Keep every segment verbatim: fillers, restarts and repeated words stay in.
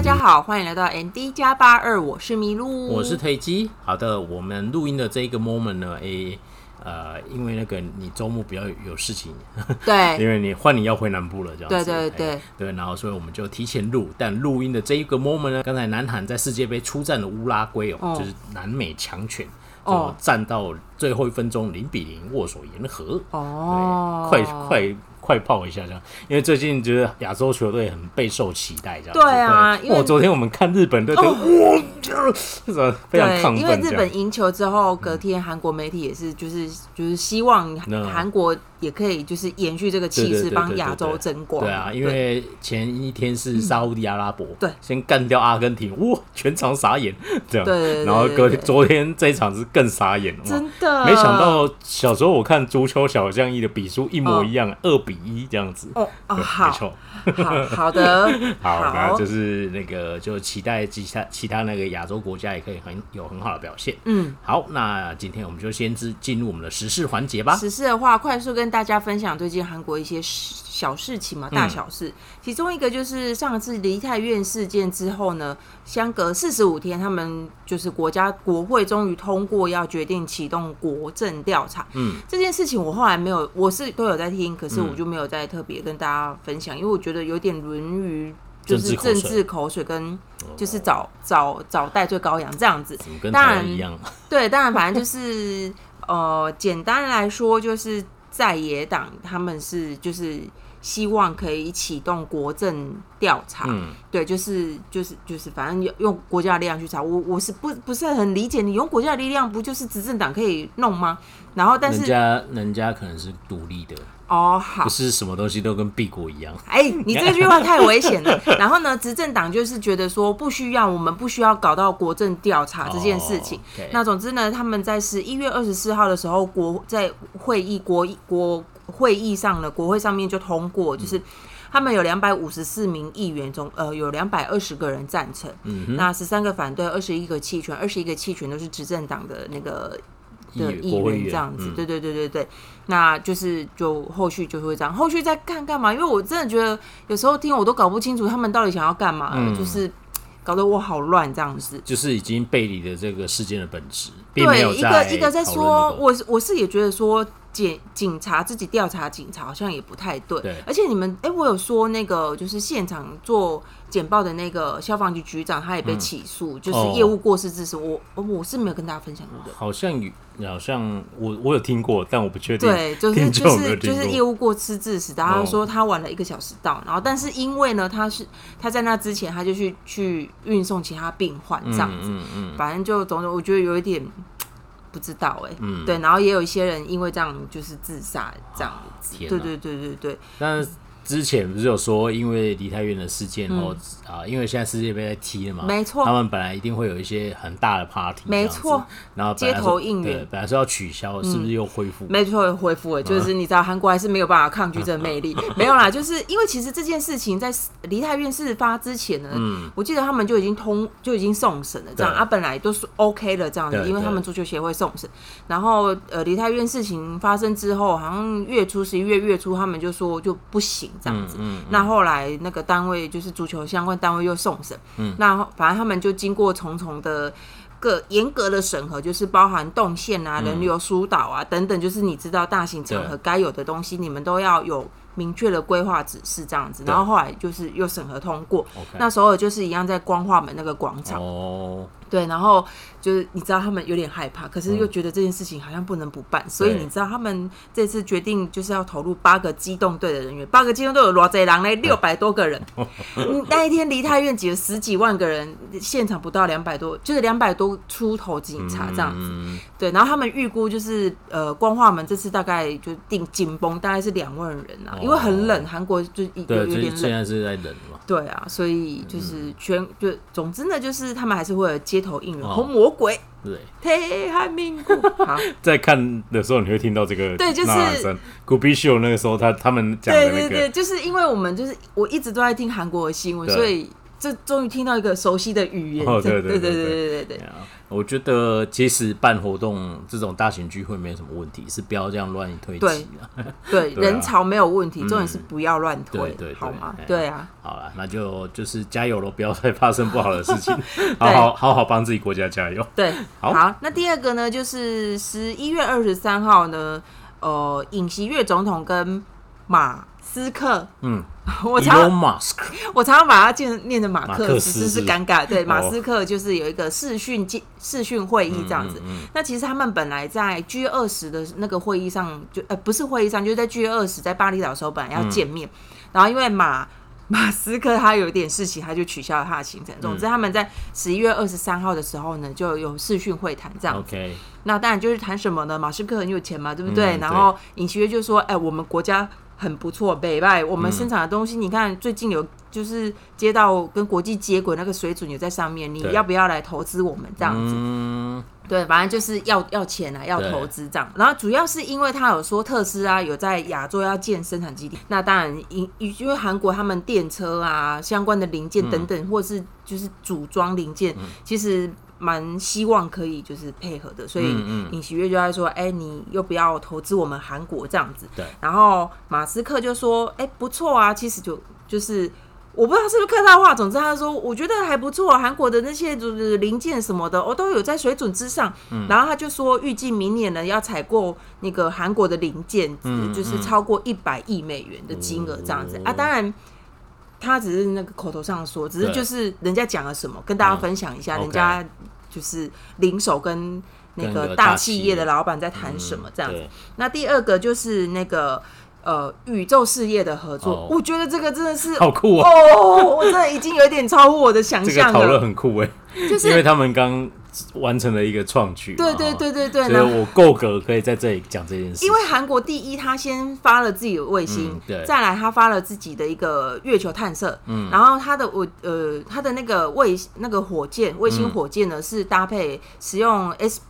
大家好，欢迎来到 N D 加八二，我是麋鹿， 我是推机。好的，我们录音的这一个 moment 呢，诶，呃，因为那个你周末比较有事情， 对， 因为你换你要回南部了，这样子， 对对对对，然后所以我们就提前录。但录音的这一个 moment 呢，刚才南韩在世界杯出战的乌拉圭哦，哦就是南美强权。就战到最后一分钟零比零握手言和哦，快快快跑一下这样，因为最近觉得亚洲球队很备受期待这样。 对啊， 因为我、哦、昨天我们看日本队，哇、哦，这非常亢奋。 因为日本赢球之后，隔天韩国媒体也是就是就是希望韩国也可以就是延续这个气势，帮亚洲争光。 对啊，因为前一天是沙烏地阿拉伯， 对， 先干掉阿根廷，哇，全场傻眼这样。 对对对对， 然后隔昨天这一场是更傻眼， 真的， 没想到小时候我看足球小将一的比数一模一样，二、哦、比一这样子。 哦，哦好， 没错。 好好的， 好，那就是那个就期待其他其他那个亚洲国家也可以很有很好的表现。嗯，好，那今天我们就先进入我们的时事环节吧。 时事的话，快速跟大家分享最近韩国一些小事情嘛，大小事。嗯、其中一个就是上次梨泰院事件之后呢，相隔四十五天，他们就是国家国会终于通过要决定启动国政调查。嗯，这件事情我后来没有，我是都有在听，可是我就没有再特别跟大家分享，因为我觉得有点沦于就是政治口水跟就是找找找代罪羔羊这样子。 跟台湾一样。 对，当然反正就是呃，简单来说就是在野党他们是就是希望可以启动国政调查，嗯、对，就是就是就是反正用国家的力量去查。我我是不不是很理解，你用国家的力量不就是执政党可以弄吗？然后但是人家人家可能是独立的。 哦，好， 不是什么东西都跟帝国一样。 哎，你这句话太危险了。然后呢，执政党就是觉得说不需要，我们不需要搞到国政调查这件事情。Oh, okay. 那总之呢，他们在十一月二十四号的时候，国在会议国国会议上呢，国会上面就通过，就是他们有两百五十四名议员中，呃，有两百二十个人赞成，嗯、那十三个反对，二十一个弃权，二十一个弃权都是执政党的那个。的议员这样子，嗯、对对对对对，那就是就后续就会这样，后续再看干嘛？因为我真的觉得有时候听我都搞不清楚他们到底想要干嘛，嗯、就是搞得我好乱这样子。 就是已经背离了这个事件的本质，并没有在、 对，一个一个在说，我我是也觉得说。警警察自己调查警察好像也不太 对, 对而且你们哎、欸，我有说那个就是现场做简报的那个消防局局长，他也被起诉，嗯、就是业务过失致死。我我是没有跟大家分享过的， 好像好像我我有听过，但我不确定。 对，就是就是就是业务过失致死，大家说他晚了一个小时到，然后但是因为呢，他是他在那之前他就去去运送其他病患这样子，嗯嗯嗯、反正就总之我觉得有一点。不知道哎、欸，嗯，对，然后也有一些人因为这样就是自杀这样子，对对对对对。 但之前不是有说，因为梨泰院的事件后、嗯啊、因为现在世界杯在踢了嘛， 没错， 他们本来一定会有一些很大的 party， 没错， 然后街头应援， 本来是要取消，是不是又恢复？ 没错，恢复了，就是你知道韩国还是没有办法抗拒这个魅力，没有啦，就是因为其实这件事情在梨泰院事发之前呢，嗯、我记得他们就已经通就已经送审了，这样啊，本来都是 OK 了这样子，因为他们足球协会送审，然后呃梨泰院事情发生之后，好像月初十一月月初他们就说就不行这样子。嗯嗯那后来那个单位就是足球相关单位又送审，嗯，那反正他们就经过重重的个严格的审核，就是包含动线啊、人流疏导啊、嗯、等等，就是你知道大型场合该有的东西，你们都要有明确的规划指示这样子。然后后来就是又审核通过，那时候就是一样在光化门那个广场。哦。对，然后就是你知道他们有点害怕，可是又觉得这件事情好像不能不办，嗯、所以你知道他们这次决定就是要投入八个机动队的人员，八个机动队有多少人呢？六百多个人。嗯、那一天梨泰院挤了十几万个人，现场不到两百多，就是两百多出头警察这样子。嗯、对，然后他们预估就是呃光化门这次大概就定紧绷大概是两万人啊，哦、因为很冷，韩国就有有点冷， 现在是在冷嘛。 对啊，所以就是全、嗯、就总之呢，就是他们还是会有街头应援，红、哦、魔鬼。对，태한민국。好， 在看的时候你会听到这个， 对，就是古必秀那个时候他他们讲的那个， 对对对，就是因为我们就是我一直都在听韩国的新闻，所以这终于听到一个熟悉的语言。 哦，对对对对对对对对对。 我觉得其实办活动这种大型聚会没什么问题，是不要这样乱推挤啊。 对， 对啊、 人潮没有问题，重点是不要乱推， 对对对好吗？ 哎、 对啊。 好了，那就就是加油咯，不要再发生不好的事情，好好好好帮自己国家加油。 对， 好。 好，那第二个呢，就是十一月二十三号呢，呃，尹锡悦总统跟马斯克，嗯。我常 Elon Musk 我常常把它念成马克思， 是是尴尬。对，马斯克就是有一个视讯视讯会议这样子。嗯嗯嗯、那其实他们本来在 G 二十 的那个会议上，就呃不是会议上，就是在 G 二十在巴厘岛的时候本来要见面，嗯、然后因为马马斯克他有一点事情，他就取消了他的行程。总之，他们在十一月二十三号的时候呢，就有视讯会谈这样子。Okay. 那当然就是谈什么呢？马斯克很有钱嘛，对不对？嗯、然后尹锡悦就说：“哎、欸，我们国家。”很不错，北拜我们生产的东西，嗯、你看最近有就是接到跟国际接轨那个水准有在上面，你要不要来投资我们这样子？嗯、对，反正就是要要钱啊，要投资这样。然后主要是因为他有说特斯拉有在亚洲要建生产基地，那当然因因为韩国他们电车啊相关的零件等等，嗯、或是就是组装零件，嗯、其实。蛮希望可以就是配合的，所以尹锡悦就在说，哎、欸，你又不要投资我们韩国这样子。对。然后马斯克就说，哎、欸，不错啊，其实就就是我不知道是不是客套话，总之他说我觉得还不错，韩国的那些就是零件什么的，我、哦、都有在水准之上。嗯、然后他就说，预计明年呢要采购那个韩国的零件，嗯、就是超过一百亿美元的金额这样子、嗯、啊，当然。他只是那个口头上说，只是就是人家讲了什么，跟大家分享一下，嗯、人家就是零手跟那个大企业的老板在谈什么这样子。嗯、那第二个就是那个呃宇宙事业的合作，哦、我觉得这个真的是好酷哦！ 哦，我真的已经有点超乎我的想象了。 这个讨论很酷哎，就是因为他们刚完成了一个创举， 对对对对对， 所以我够格可以在这里讲这件事。 因为韩国第一，他先发了自己的卫星，嗯、再来他发了自己的一个月球探测，嗯、然后他的我呃他的那个卫那个火箭卫星火箭呢、嗯、是搭配使用 S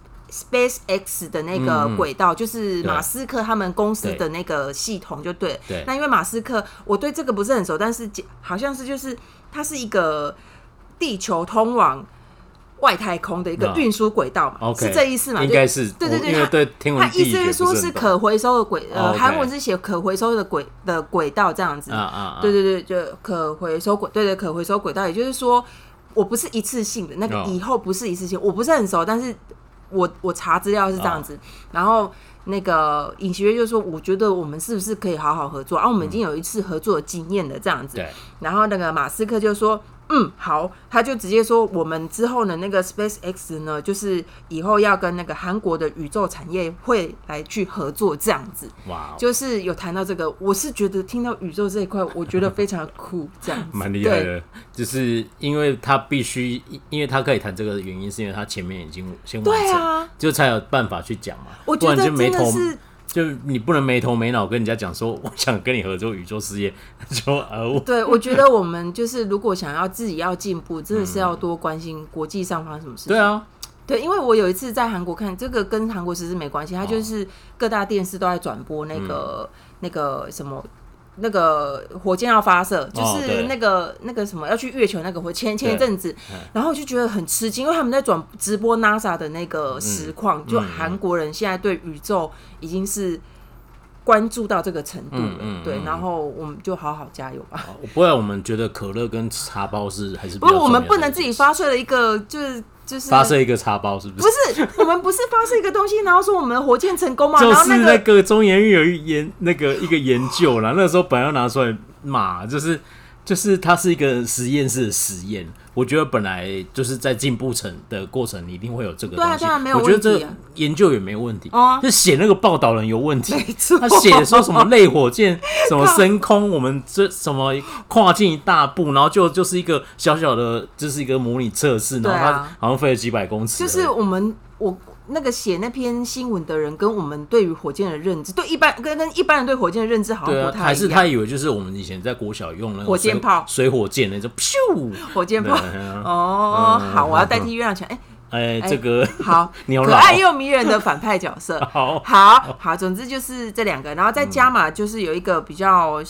SpaceX 的那个轨道，嗯、就是马斯克他们公司的那个系统就对了。对，那因为马斯克我对这个不是很熟，但是好像是就是它是一个地球通往外太空的一个运输轨道嘛， oh, okay, 是这意思嘛？ 应该是， 对对对， 因为对天文地理学不是很懂。他意思是说是可回收的轨，呃，韩文是写可回收的轨的轨道这样子。啊啊，对对对，就可回收轨，对对，可回收轨道，也就是说，我不是一次性的，那个以后不是一次性，我不是很熟，但是我我查资料是这样子，然后。那个尹锡悦就说：“我觉得我们是不是可以好好合作啊？我们已经有一次合作的经验了，这样子。嗯”然后那个马斯克就说：“嗯，好。”他就直接说：“我们之后呢，那个 SpaceX 呢，就是以后要跟那个韩国的宇宙产业会来去合作，这样子。”哇，就是有谈到这个，我是觉得听到宇宙这一块，我觉得非常酷，这样子蛮厉害的。就是因为他必须，因为他可以谈这个的原因，是因为他前面已经先完成，对啊，就才有办法去讲嘛。 我觉得真的是。 就你不能没头没脑跟人家讲说我想跟你合作宇宙事业，就呃， 对，我觉得我们就是如果想要自己要进步，真的是要多关心国际上发生什么事情。 对啊， 对，因为我有一次在韩国看，这个跟韩国时事没关系，它就是各大电视都在转播那个、嗯、那个什么。那个火箭要发射，就是那个、哦、那个什么要去月球那个火前前一阵子，然后我就觉得很吃惊，因为他们在转直播 NASA 的那个实况，嗯、就韩国人现在对宇宙已经是关注到这个程度了，嗯嗯嗯、对，然后我们就好好加油吧。 不然我们觉得可乐跟茶包是还是不是我们不能自己发射了一个就是。就是、 发射一个茶包是不是？ 不是，我们不是发射一个东西，然后说我们的火箭成功嘛？ 就是那个中研院有一研那个一个研究啦，那时候本来要拿出来骂，就是就是它是一个实验室的实验。我觉得本来就是在进步程的过程，你一定会有这个东西。 对啊，对啊，没有问题、啊。我觉得这研究也没问题，哦、就写那个报道人有问题。他写说什么类火箭什么升空，我们这什么跨进一大步，然后就就是一个小小的，就是一个模拟测试，然后他好像飞了几百公尺。 就是我们我。那个写那篇新闻的人跟我们对于火箭的认知，对一般跟跟一般人对火箭的认知好像不太一样。 还是他以为就是我们以前在国小用那个火箭炮、 水火箭那种，咻， 火箭炮。哦，嗯、好，我要代替月亮讲，哎、 欸。哎，这个好，可爱又迷人的反派角色，好，好，好，总之就是这两个，然后再加码就是有一个比较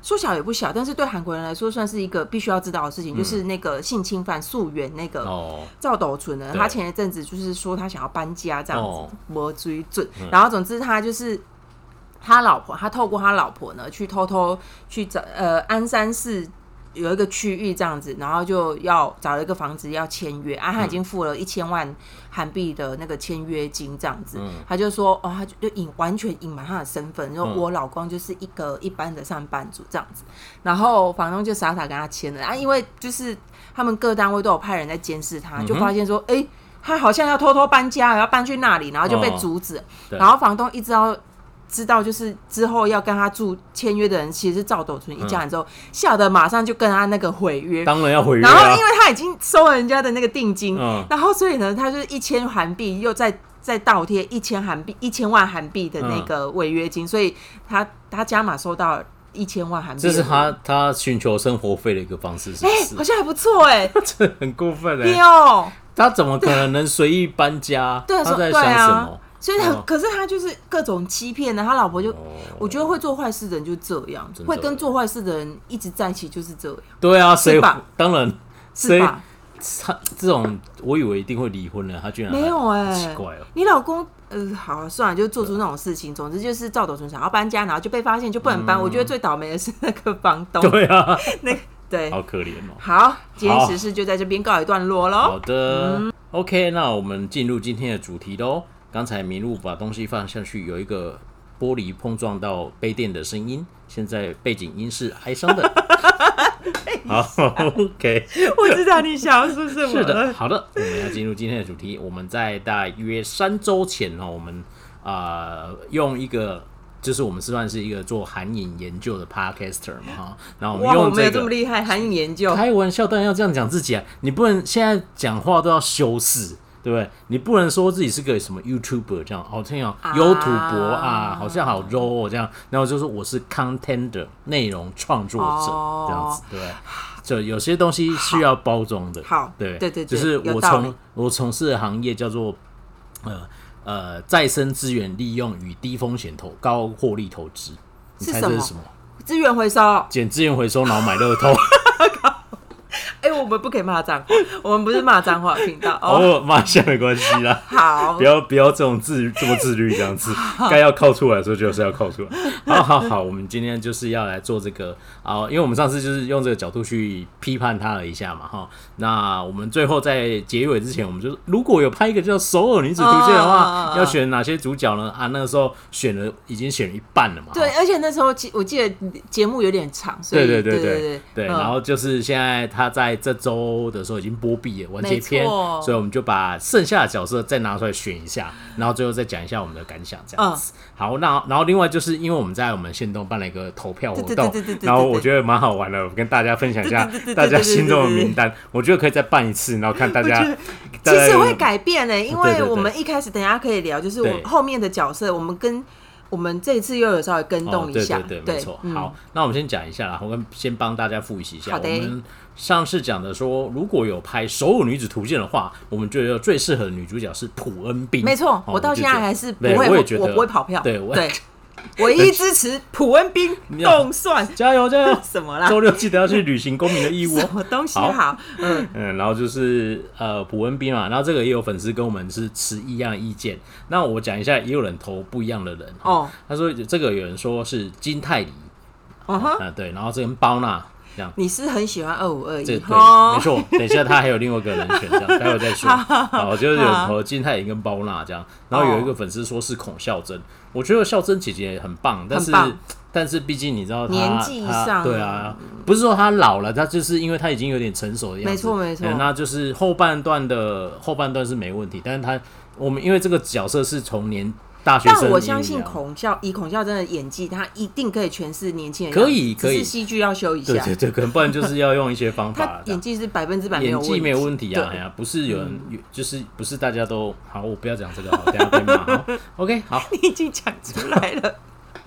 说小也不小，但是对韩国人来说算是一个必须要知道的事情，嗯、就是那个性侵犯溯源那个赵斗淳呢，他前一阵子就是说他想要搬家这样子，没追准，嗯、然后总之他就是他老婆，他透过他老婆呢去偷偷去找呃鞍山市。有一个区域这样子，然后就要找了一个房子要签约啊，他已经付了一千万韩币的那个签约金这样子，嗯、他就说哦，他就隐完全隐瞒他的身份，说我老公就是一个一般的上班族这样子，然后房东就傻傻跟他签了啊，因为就是他们各单位都有派人在监视他，就发现说哎、欸，他好像要偷偷搬家，要搬去那里，然后就被阻止，哦、然后房东一直到。知道就是之后要跟他住签约的人其实是赵斗淳一家人之后，吓、嗯、得马上就跟他那个毁约， 当然要毁约、啊。 然后因为他已经收了人家的那个定金，嗯、然后所以呢，他就是一千韩币又再再倒贴一千韩币一千万韩币的那个违约金，嗯、所以他他加码收到一千万韩币。 这是他他寻求生活费的一个方式，是不是？ 欸、好像还不错哎、欸， 这很过分哎、 欸。哦， 他怎么可能能随意搬家？ 对， 他在想什么？ 所以他，可是他就是各种欺骗的，他老婆就，哦、我觉得会做坏事的人就这样，会跟做坏事的人一直在一起就是这样。 对啊，谁当然是吧？ 他这种我以为一定会离婚了，他居然没有哎、 欸，奇怪哦。 你老公呃，好算了，就做出那种事情。总之就是赵斗淳想要搬家，然后就被发现就不能搬。嗯、我觉得最倒霉的是那个房东。 对啊， 那个对， 好可怜哦。 好，今天时事就在这边告一段落喽。 好的、嗯、，OK， 那我们进入今天的主题喽。刚才麋鹿把东西放下去，有一个玻璃碰撞到杯垫的声音。现在背景音是哀伤的。好 ，OK， 我知道你想要说什么。 是的，好的，我们要进入今天的主题。我们在大约三周前哦，我们啊、呃、用一个。就是我们算是一个做韩影研究的 podcaster 嘛哈，然后我们用这个，哇， 我们有这么厉害，韩影研究， 开玩笑当然要这样讲自己啊，你不能现在讲话都要修饰，对不对？你不能说自己是个什么 YouTuber 这样，好像有优图博啊，好像好 low 这样，然后就说我是 contender 内容创作者、哦、这样子，对不对？就有些东西需要包装的， 好， 对对对对， 就是我从我从事的行业叫做呃。呃，再生资源利用与低风险投高获利投资，你猜这是什么？ 资源回收， 捡资源回收，然后买乐透。 哎、欸，我们不可以骂脏话，我们不是骂脏话频道， 偶尔骂一下没关系啦。 好， 不要不要这种自这么自律这样子，该要靠出来的时候就是要靠出来。好好好，我们今天就是要来做这个啊，因为我们上次就是用这个角度去批判他了一下嘛，哈。那我们最后在结尾之前，我们就如果有拍一个叫《首尔女子图鉴》的话，哦、要选哪些主角呢？啊，那个时候选了已经选了一半了嘛。 对，而且那时候我记得节目有点长，所以对对对对对对, 对, 对、嗯。然后就是现在他在这周的时候已经播毕了完结篇，所以我们就把剩下的角色再拿出来选一下，然后最后再讲一下我们的感想，这样子。嗯、好，那然后另外就是因为我们在我们限动办了一个投票活动，然后我觉得蛮好玩的，我跟大家分享一下大家心中的名单，我觉得可以再办一次，然后看大家。 其实会改变呢、欸，因为我们一开始等一下可以聊，就是我们后面的角色，我们跟。我们这一次又有稍微跟动一下， 哦、对对对，没错、嗯。好，那我们先讲一下啦，我们先帮大家复习一下。 好的。 我们上次讲的说，如果有拍《首尔女子图鉴》的话，我们觉得最适合的女主角是朴恩彬。 没错、哦，我到现在还是不会， 我也觉得我不会跑票。 对，我对。唯一支持朴恩彬动算， 加油加油！ 什么啦？ 周六记得要去履行公民的义务。 什么东西好？好嗯嗯，然后就是呃朴恩彬嘛，然后这个也有粉丝跟我们是持一样的意见。那我讲一下，也有人投不一样的人哦。他说这个有人说是金泰梨，嗯哼、呃，对，然后这跟包娜。 你是很喜欢二五二一， 对，没错。等一下他还有另外一个人选，这样待会再说。好，就是有投金泰梨跟包娜这样，然后有一个粉丝说是孔孝真，我觉得孝真姐姐很棒，但是但是毕竟你知道她年纪上， 对啊，不是说她老了，她就是因为她已经有点成熟的样子， 没错没错。 那就是后半段的后半段是没问题，但是她我们因为这个角色是从年。大学生， 但我相信孔孝以孔孝真的演技，他一定可以诠释年轻人。 可以，可以， 只是戏剧要修一下。 对对对，可能不然就是要用一些方法。 他演技是百分之百没有问题， 演技没有问题啊！哎呀，不是有人，嗯、就是不是大家都好，我不要讲这个，好，等一下被骂。OK， 好， 你已经讲出来了。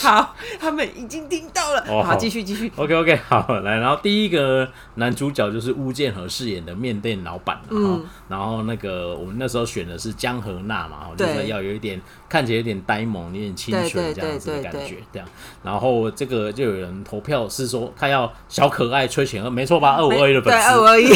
好，他们已经听到了。哦、好，继续继续。 OK OK， 好，来，然后第一个男主角就是巫建和饰演的面店老板，嗯，然后那个我们那时候选的是江河娜嘛，就是要有一点看起来有点呆萌、有点清纯这样子的感觉，这样。然后这个就有人投票是说他要小可爱崔显赫，没错吧？二五二一的粉丝， 对，二五二一。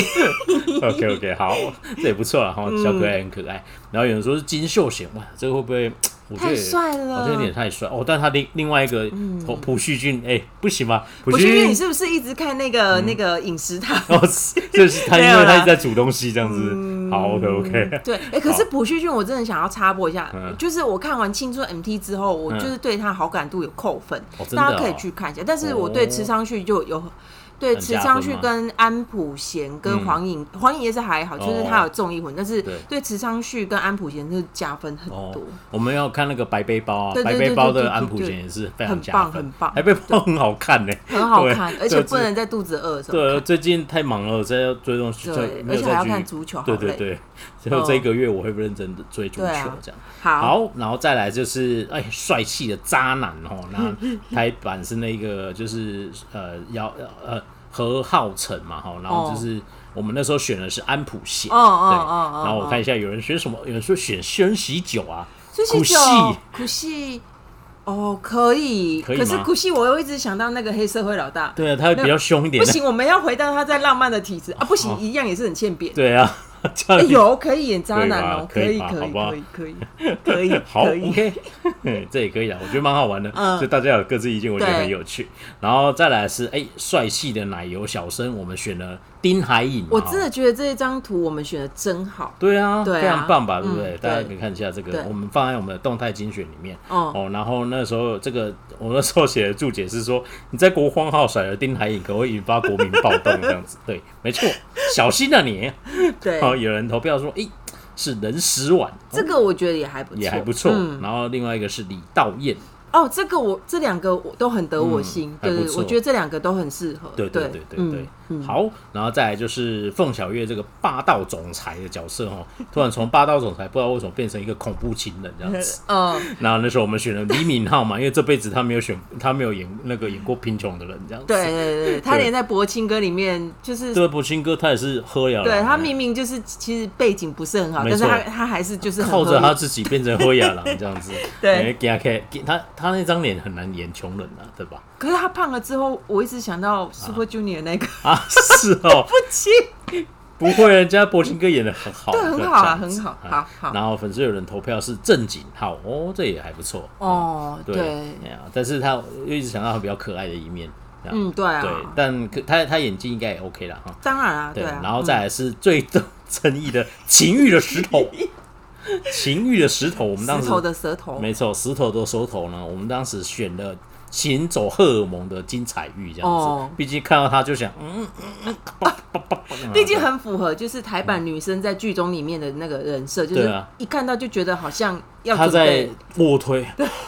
OK OK， 好，这也不错了哈，小可爱很可爱。然后有人说是金秀贤，哇，这个会不会？我觉得太帅了， 好像有点太帅哦。但他另另外一个朴叙俊，哎、嗯，不行吗？ 朴叙俊，你是不是一直看那个、嗯、那个饮食堂？ 哦，就是他，因为他一直在煮东西这样子。嗯、好 ，OK OK。 对，哎、欸，可是朴叙俊，我真的想要插播一下，嗯、就是我看完《青春 M T》之后，我就是对他好感度有扣分，嗯哦、大家可以去看一下。但是我对池昌旭就有。对，池昌旭跟安普贤跟黄颖，黄颖也是还好，就是他有综艺魂，但是对池昌旭跟安普贤是加分很多。 我们要看那个白背包啊，白背包的安普贤也是非常加分，很棒，白背包很好看呢， 很好看，而且不能在肚子饿的时候。对， 最近太忙了，在要追东西， 对，而且还要看足球， 对对对。最后这一个月我会认真的追足球，这样好，然后再来就是哎，帅气的渣男哦，那台版是那个就是呃要呃。何浩晨嘛，然后就是我们那时候选的是安普贤，哦哦哦，然后我看一下有人选什么，有人说选轩喜酒啊， 轩喜酒，苦戏，哦，可以，可以，可是苦戏我又一直想到那个黑社会老大， 对啊，他会比较凶一点， 不行，我们要回到他在浪漫的体质啊，不行，一样也是很欠扁， 对啊。 欸、有可以演渣男哦，可以可以可以可以可以， 好 OK， 这也可以啊，我觉得蛮好玩的，嗯、所以大家有各自意见，我觉得很有趣。然后再来是哎，帅气的奶油小生，我们选了丁海寅。 我真的觉得这一张图我们选的真好， 对啊，对啊，非常棒吧，对不对？嗯、大家可以看一下这个，我们放在我们的动态精选里面、嗯、哦。然后那时候这个我那时候写的注解是说，你在国荒号甩了丁海寅，可能会引发国民暴动这样子。对，没错，小心啊你。对。哦，有人投票说，哎、欸，是任时婉， 这个我觉得也还不错， 也还不错。嗯、然后另外一个是李道彦。 哦，这个我这两个我都很得我心，嗯、对，我觉得这两个都很适合。 对对对对对，嗯、好，然后再来就是凤小岳这个霸道总裁的角色哦，突然从霸道总裁不知道为什么变成一个恐怖情人这样子。嗯，然后那时候我们选了李敏镐嘛，因为这辈子他没有选，他没有演那个演过贫穷的人这样子。 对对对，他连在《柏青哥》里面就是对柏青哥他也是喝哑了， 对他明明就是其实背景不是很好，但是他他还是就是靠着他自己变成喝哑郎这样子。对，给他给他他那张脸很难演穷人啊，对吧？ 可是他胖了之后，我一直想到 Super Junior 那个啊，是哦， 对不起， 不会，人家柏青哥演的很好， 对，很好啊，很好，好好。 然后粉丝有人投票是郑景浩，哦，这也还不错哦，对， 对，但是他又一直想到他比较可爱的一面， 嗯，对啊， 对，但他他演技应该也 OK 啦，哈， 当然啊，对啊。 然后再来是最争议的情欲的石头。情欲的石头，我们当时石头的舌头， 没错，石头的舌头呢，我们当时选了行走荷尔蒙的金彩玉这样子，毕、哦、竟看到他就想，嗯嗯嗯，毕竟很符合就是台版女生在剧中里面的那个人设，就是一看到就觉得好像要他在卧推，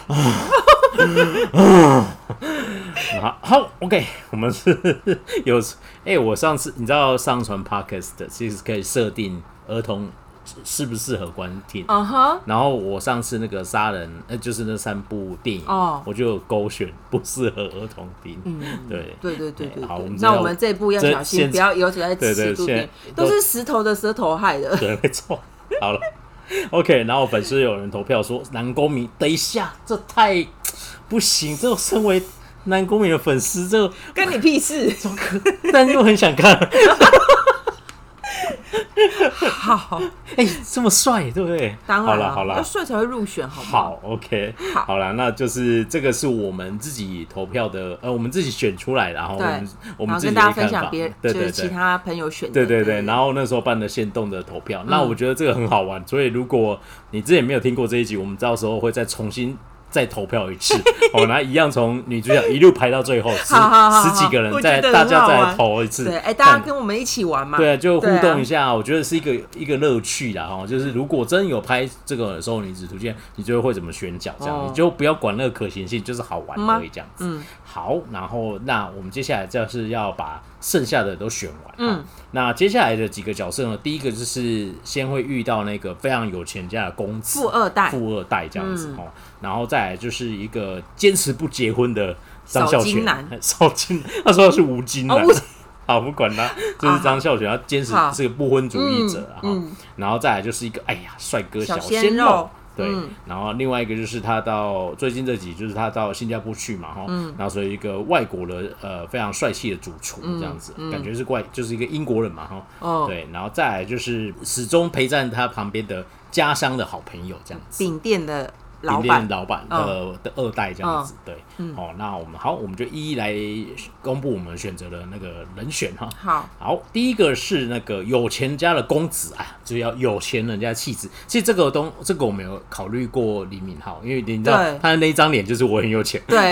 好好 OK， 我们是有哎、欸，我上次你知道上传 Podcast 其实可以设定儿童。适不适合观听？ uh-huh. 然后我上次那个杀人，呃，就是那三部电影，oh. 我就有勾选不适合儿童听。嗯，对， 对对对对。 好，我们那我们这一部要小心，不要有所在尺度点，都是石头的舌头害的。 对，没错。好了 ，OK。然后粉丝有人投票说男公民，等一下，这太不行，这身为男公民的粉丝，这跟你屁事。 但又很想看。 好， 哎、欸，这么帅，对不对？ 当然了，好了，好了， 要帅才会入选，好吗？ 好 ，OK， 好，好了，那就是这个是我们自己投票的，呃，我们自己选出来的，然后我们我们自己跟大家分享别人，对对对，其他朋友选的， 对对对，然后那时候办的限动的投票，嗯、那我觉得这个很好玩，所以如果你之前没有听过这一集，我们到时候会再重新。再投票一次，哦，然后一样从女主角一路排到最后，十十几个人，再大家再来投一次。 对，哎、欸，大家跟我们一起玩嘛。 对啊，就互动一下，啊、我觉得是一个一个乐趣啦，哈。就是如果真有拍这个的时候，你只图鉴，你就会怎么选角这样，哦、你就不要管那个可行性，就是好玩而已这样子。嗯，好，然后那我们接下来就是要把剩下的都选完。嗯，那接下来的几个角色呢，第一个就是先会遇到那个非常有钱家的公子， 富二代， 富二代这样子哈。嗯然后再来就是一个坚持不结婚的张孝全， 少金男， 少金，他说他是吴金男。 哦好，不管他，就是张孝全，他坚持是个不婚主义者啊、嗯嗯。然后再来就是一个，哎呀，帅哥小鲜肉，对、嗯。然后另外一个就是他到最近这集，就是他到新加坡去嘛，哈、嗯。然后所以一个外国的呃非常帅气的主厨这样子，嗯嗯、感觉是怪，就是一个英国人嘛，哈、哦。对。然后再来就是始终陪在他旁边的家乡的好朋友这样子。 饼店的。 老板老板的、哦、的二代这样子，哦、对，嗯，好、哦，那我们好，我们就一一来公布我们选择的那个人选哈。 好， 好，第一个是那个有钱家的公子啊，就要有钱人家的气质。其实这个东，这个我没有考虑过李敏镐，因为你知道他的那一张脸就是我很有钱， 对。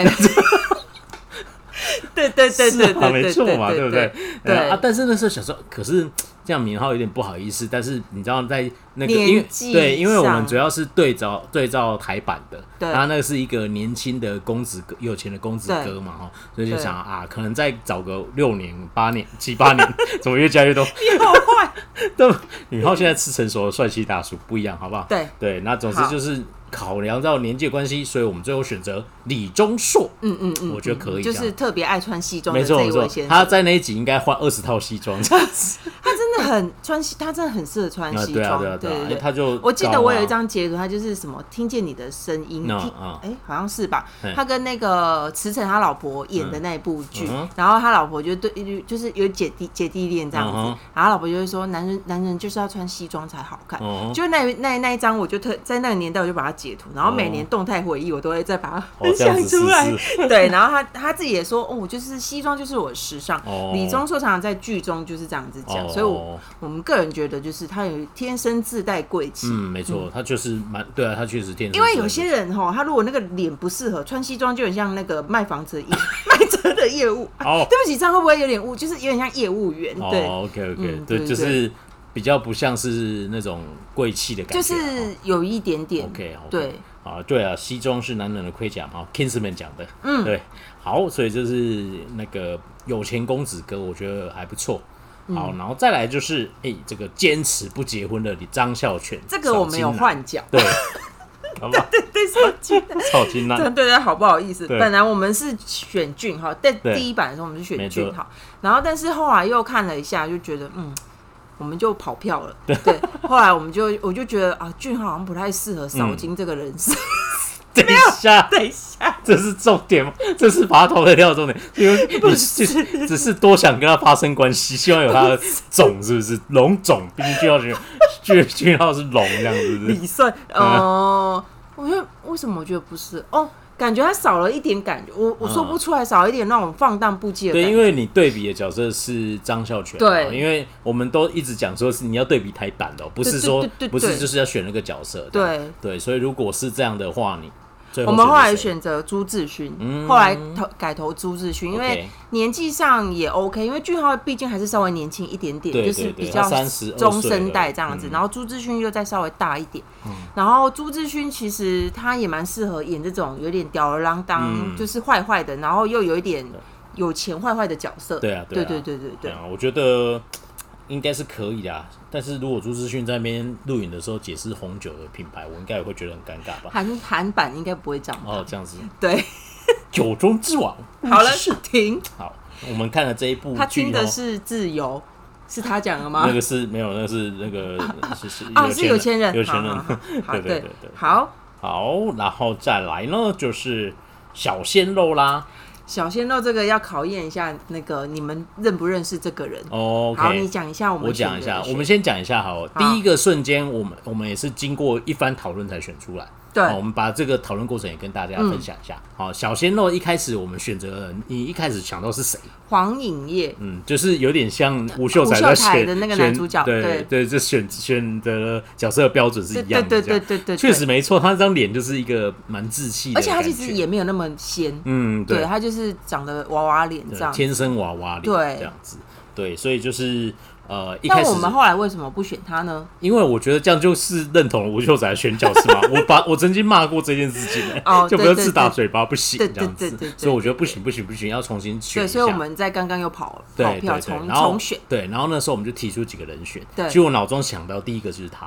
对对对对对， 没错嘛，对不对？ 对啊，但是那时候想说，可是这样敏镐有点不好意思。但是你知道，在那个因为对，因为我们主要是对照对照台版的，他那个是一个年轻的公子哥，有钱的公子哥嘛，哈，所以就想啊，可能再找个六年、八年、七八年，怎么越加越多？ 你好坏！ 对，敏镐现在是成熟的帅气大叔，不一样，好不好？ 对对，那总之就是。考量到年纪的关系，所以我们最后选择李钟硕。 嗯嗯嗯， 我觉得可以， 就是特别爱穿西装的这一位先生。 他在那一集应该换二十套西装，这样子。 他真的很穿西，他真的很适合穿西装。 啊对啊对啊对啊，他就我记得我有一张截图，他就是什么听见你的声音，哎、欸，好像是吧？他跟那个池诚他老婆演的那一部剧，嗯、然后他老婆就对，就是有姐弟姐弟恋这样子，嗯、然后他老婆就会说，男人男人就是要穿西装才好看。嗯、就那那那一张，我就特在那个年代我就把它截图，然后每年动态回忆我都会再把它分享出来。哦、是是对，然后他他自己也说，哦，就是西装就是我的时尚。哦、李钟硕常常在剧中就是这样子讲，哦、所以我我们个人觉得就是他有天生自带贵气。 嗯，没错，嗯、他就是蛮对啊，他确实天生。 因为有些人哈，他如果那个脸不适合穿西装，就很像那个卖房子的卖车的业务。哦，对不起，这样会不会有点误？就是有点像业务员。对、 哦、，OK OK，、嗯、对，就是比较不像是那种贵气的感觉， 就是有一点点。 OK，, okay 对。 啊，对啊，西装是男人的盔甲嘛 ，Kingsman 讲的，嗯，对，好，所以这是那个有钱公子哥，我觉得还不错。好，然后再来就是，哎、欸，这个坚持不结婚的张孝全， 这个我没有换角， 对，好不好？ 对对对，少金男， 少金男， 对对，好不好意思？本来我们是选俊哈，在第一版的时候我们是选俊哈，然后但是后来又看了一下，就觉得嗯。我们就跑票了，对。后来我们就，我就觉得啊，俊好像不太适合少金这个人设。 嗯、等一下， 等一下， 这是重点吗？这是把他投在掉的重点，因为你只只是多想跟他发生关系，希望有他的种，是不是？龙种，毕竟俊浩俊俊浩是龙，这样子是不是？ 理算哦、呃，我觉得为什么我觉得不是哦？感觉他少了一点感觉，我我说不出来，少了一点那种放荡不羁的感觉。 对，因为你对比的角色是张孝全， 对， 因为我们都一直讲说是你要对比台版的、喔，不是说对对对对对不是就是要选那个角色， 对对，所以如果是这样的话，你我们后来选择朱智勋、嗯，后来投改投朱智勋，因为年纪上也 OK， 因为俊浩毕竟还是稍微年轻一点点， 对对对就是比较中生代这样子，然后朱智勋又再稍微大一点，嗯、然后朱智勋其实他也蛮适合演这种有点吊儿郎当，嗯、就是坏坏的，然后又有一点有钱坏坏的角色， 对啊， 对对对对对， 啊，我觉得。应该是可以的，但是如果朱智勋在那边录影的时候解释红酒的品牌，我应该也会觉得很尴尬吧。 韩韩版应该不会这样哦，这样子。 对， 酒中之王。 好了，停。 好，我们看了这一部剧， 他听的是自由，是他讲的吗？ 那个是没有，那个是那个是是啊，是有钱人， 有钱人。对对对对， 好， 好，然后再来呢，就是小鲜肉啦。 小鲜肉这个要考验一下，那个你们认不认识这个人？ 哦、okay ， 好，你讲一下我们。 我讲一下，我们先讲一下好了。第一个瞬间，我们我们也是经过一番讨论才选出来。对，我们把这个讨论过程也跟大家分享一下。好、嗯，小鲜肉一开始我们选择，你一开始想到是谁？ 黄颖烨， 嗯，就是有点像吴秀才在选的那个男主角， 对 对, 对，这选选的角色的标准是一样的，对对对对，确实没错，他这张脸就是一个蛮稚气的， 而且他其实也没有那么仙，嗯，对，他就是长得娃娃脸这样， 天生娃娃脸，对，这样子，对，所以就是。呃，一开始，那我们后来为什么不选他呢？ 因为我觉得这样就是认同了吴秀才选角是吗？我把我曾经骂过这件事情、欸，哦、就不要自打嘴巴，不行这样子。所以我觉得不行不行不行，要重新选一下。 对，所以我们在刚刚又跑跑票重重选。 对，然后那时候我们就提出几个人选，结果我脑中想到第一个就是他。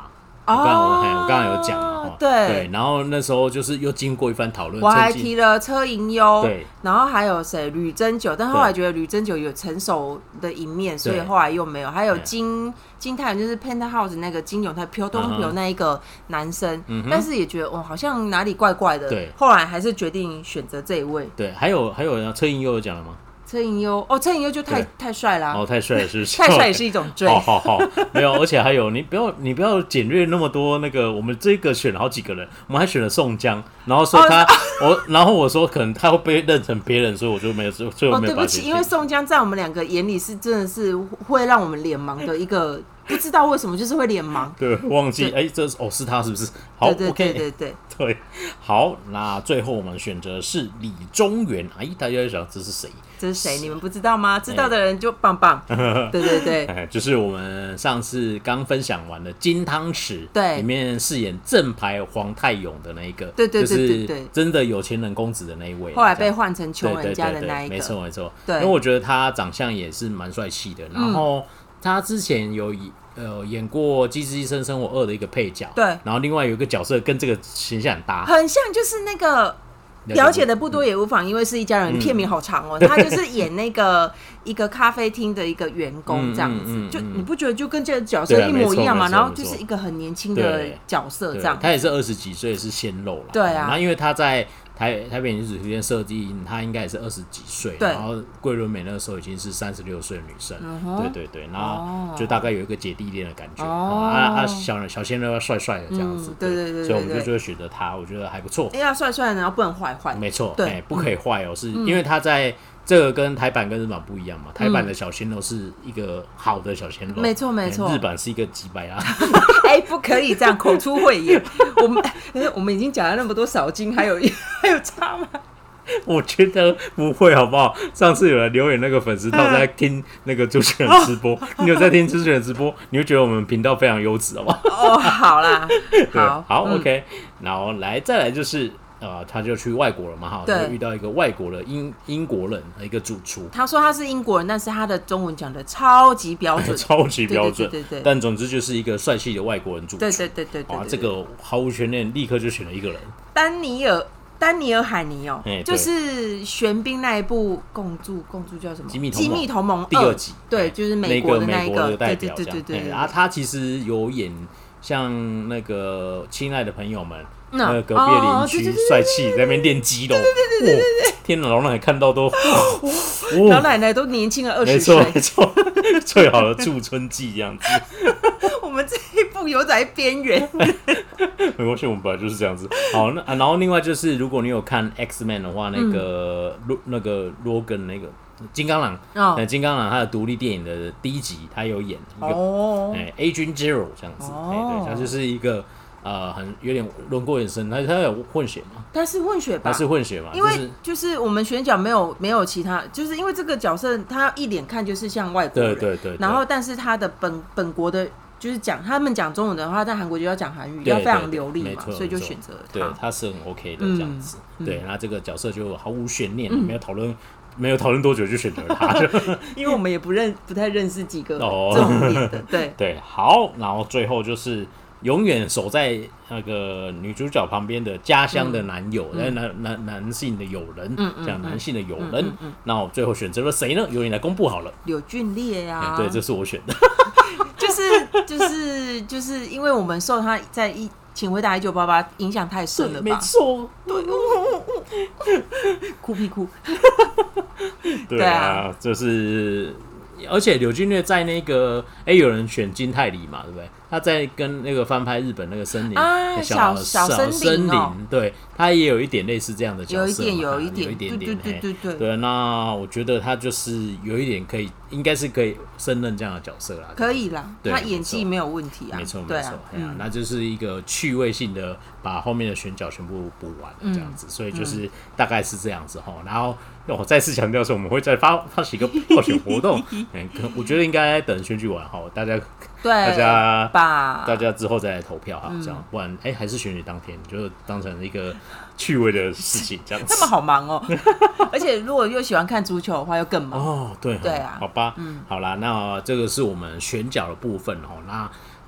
我刚刚我我刚刚有讲嘛， 对对，然后那时候就是又经过一番讨论， 我还提了车银优， 对， 然后还有谁吕珍九，但后来觉得吕珍九有成熟的一面，所以后来又没有。还有金金泰就是 Penthouse 那个金永泰朴东朴那一个男生，嗯、但是也觉得哦好像哪里怪怪的， 对， 后来还是决定选择这一位。 对，还有还有车银优有讲了吗？ 车银优哦，车银优就太太帅啦！ 哦，太帅了，是不是？ 太帅也是一种追。 好好好，没有，而且还有，你不要你不要简略那么多那个，我们这个选了好几个人，我们还选了宋江，然后说他、哦、我，然后我说可能他会被认成别人，所以我就没有，所以我没有把他选进去。哦，对不起， 因为宋江在我们两个眼里是真的是会让我们脸盲的一个。不知道为什么就是会脸盲， 对，忘记哎，这哦是他是不是？好， 对对对对对对，好，那最后我们选择是李宗元，哎，大家在想这是谁？ 这是谁？你们不知道吗？知道的人就棒棒。对对对， 就是我们上次刚分享完的《金汤匙》 对里面饰演正牌黄泰勇的那一个， 对对对对对，真的有钱人公子的那一位， 后来被换成穷人家的那一个， 没错没错。 对， 因为我觉得他长相也是蛮帅气的，然后他之前有呃演过《机智医生生活二》的一个配角， 对， 然后另外有一个角色跟这个形象很搭， 很像就是那个。了解的不多也无妨，因为是一家人，片名好长哦。嗯、他就是演那个一个咖啡厅的一个员工这样子，嗯嗯嗯嗯、就你不觉得就跟这个角色一模一样吗？然后就是一个很年轻的角色这样。 他也是二十几岁，是鲜肉了。 对啊， 然后因为他在台台北女子图鉴设计，她应该也是二十几岁，然后桂纶镁那个时候已经是三十六岁的女生，嗯、对对对，然后就大概有一个姐弟恋的感觉，哦、啊啊小小鲜肉要帅帅的这样子， 嗯、对对 对, 对, 对， 所以我们就就会选择他，我觉得还不错。 哎呀，帅帅的，然后不能坏坏， 没错，对，不可以坏哦，是因为他在。这个跟台版跟日版不一样嘛，台版的小鲜肉是一个好的小鲜肉， 没错没错， 日版是一个几百啊， 哎，不可以这样口出秽言，我们我们已经讲了那么多少金，还有还有差吗？ 我觉得不会，好不好？上次有人留言，那个粉丝他在听那个主持人直播，你有在听主持人直播，你会觉得我们频道非常优质，好不好？ 哦，好啦，好好、嗯、，OK， 然后来再来就是。呃，他就去外国了嘛，哈，就遇到一个外国的英英国人，一个主厨。 他说他是英国人，但是他的中文讲的超级标准， 超级标准， 对对对对。 但总之就是一个帅气的外国人主厨， 对对对对对。 啊，这个毫无悬念，立刻就选了一个人， 丹尼尔丹尼尔海尼哦，就是玄彬那一部共筑共筑叫什么？ 机密机密同盟第二集， 对，就是美国的那一个代表， 对对对对。 啊，他其实有演像那个亲爱的朋友们。那个隔壁的邻居帅气在那边练肌肉，对对对对，天哪！老奶奶看到都， 老奶奶都年轻了二十岁， 没错没错，最好的驻村记这样子。 我们这一部有在边缘， 没关系，我们本来就是这样子。好，那、啊、然后另外就是，如果你有看 X-Men 的话，那个、嗯、那个 Logan 那个金刚狼，哦、金刚狼他的独立电影的第一集，他有演一个哦，哎 Agent Zero 这样子，哎、哦、对，他就是一个。呃，很有点轮廓很深，他他有混血吗？ 他是混血吧？ 他是混血嘛？ 因为就是我们选角没有没有其他，就是因为这个角色他一脸看就是像外国人， 对对 对, 对。 然后，但是他的本本国的，就是讲他们讲中文的话，在韩国就要讲韩语，要非常流利嘛，所以就选择他。 对，他是很 OK 的这样子。嗯、对，那这个角色就毫无悬念，嗯、没有讨论。没有讨论多久就选择了他， 因为我们也不认不太认识几个这种脸的，对对。好，然后最后就是永远守在那个女主角旁边的家乡的男友，嗯、男男男性的友人，嗯嗯、讲男性的友人。嗯嗯嗯、那我最后选择了谁呢？由你来公布好了。 柳俊烈呀、啊， 对，这是我选的。 就是就是就是因为我们受他在一。请回答一九八八影响太深了吧？ 没错， 对，哭屁哭。 对啊，就是而且柳俊烈在那个哎、欸，有人选金泰梨嘛，对不对？他在跟那个翻拍日本那个森林、 啊、小小森林、哦， 对，他也有一点类似这样的角色， 有一点，有一点， 有一点点， 对对对对对。那我觉得他就是有一点可以，应该是可以胜任这样的角色啦， 可以啦，他演技没有问题啊， 没错没错，嗯，那就是一个趣味性的把后面的选角全部补完这样子，嗯、所以就是大概是这样子哈。然后我再次强调说，我们会再发发起一个票选活动，嗯，我觉得应该等选举完哈，大家。 对， 大家吧， 大家之后再来投票哈，嗯、这样不然哎、欸，还是选举当天，就当成一个趣味的事情，这样子。 他们好忙哦，而且如果又喜欢看足球的话，又更忙哦。对， 对啊， 好吧，嗯，好啦，那这个是我们选角的部分哦。那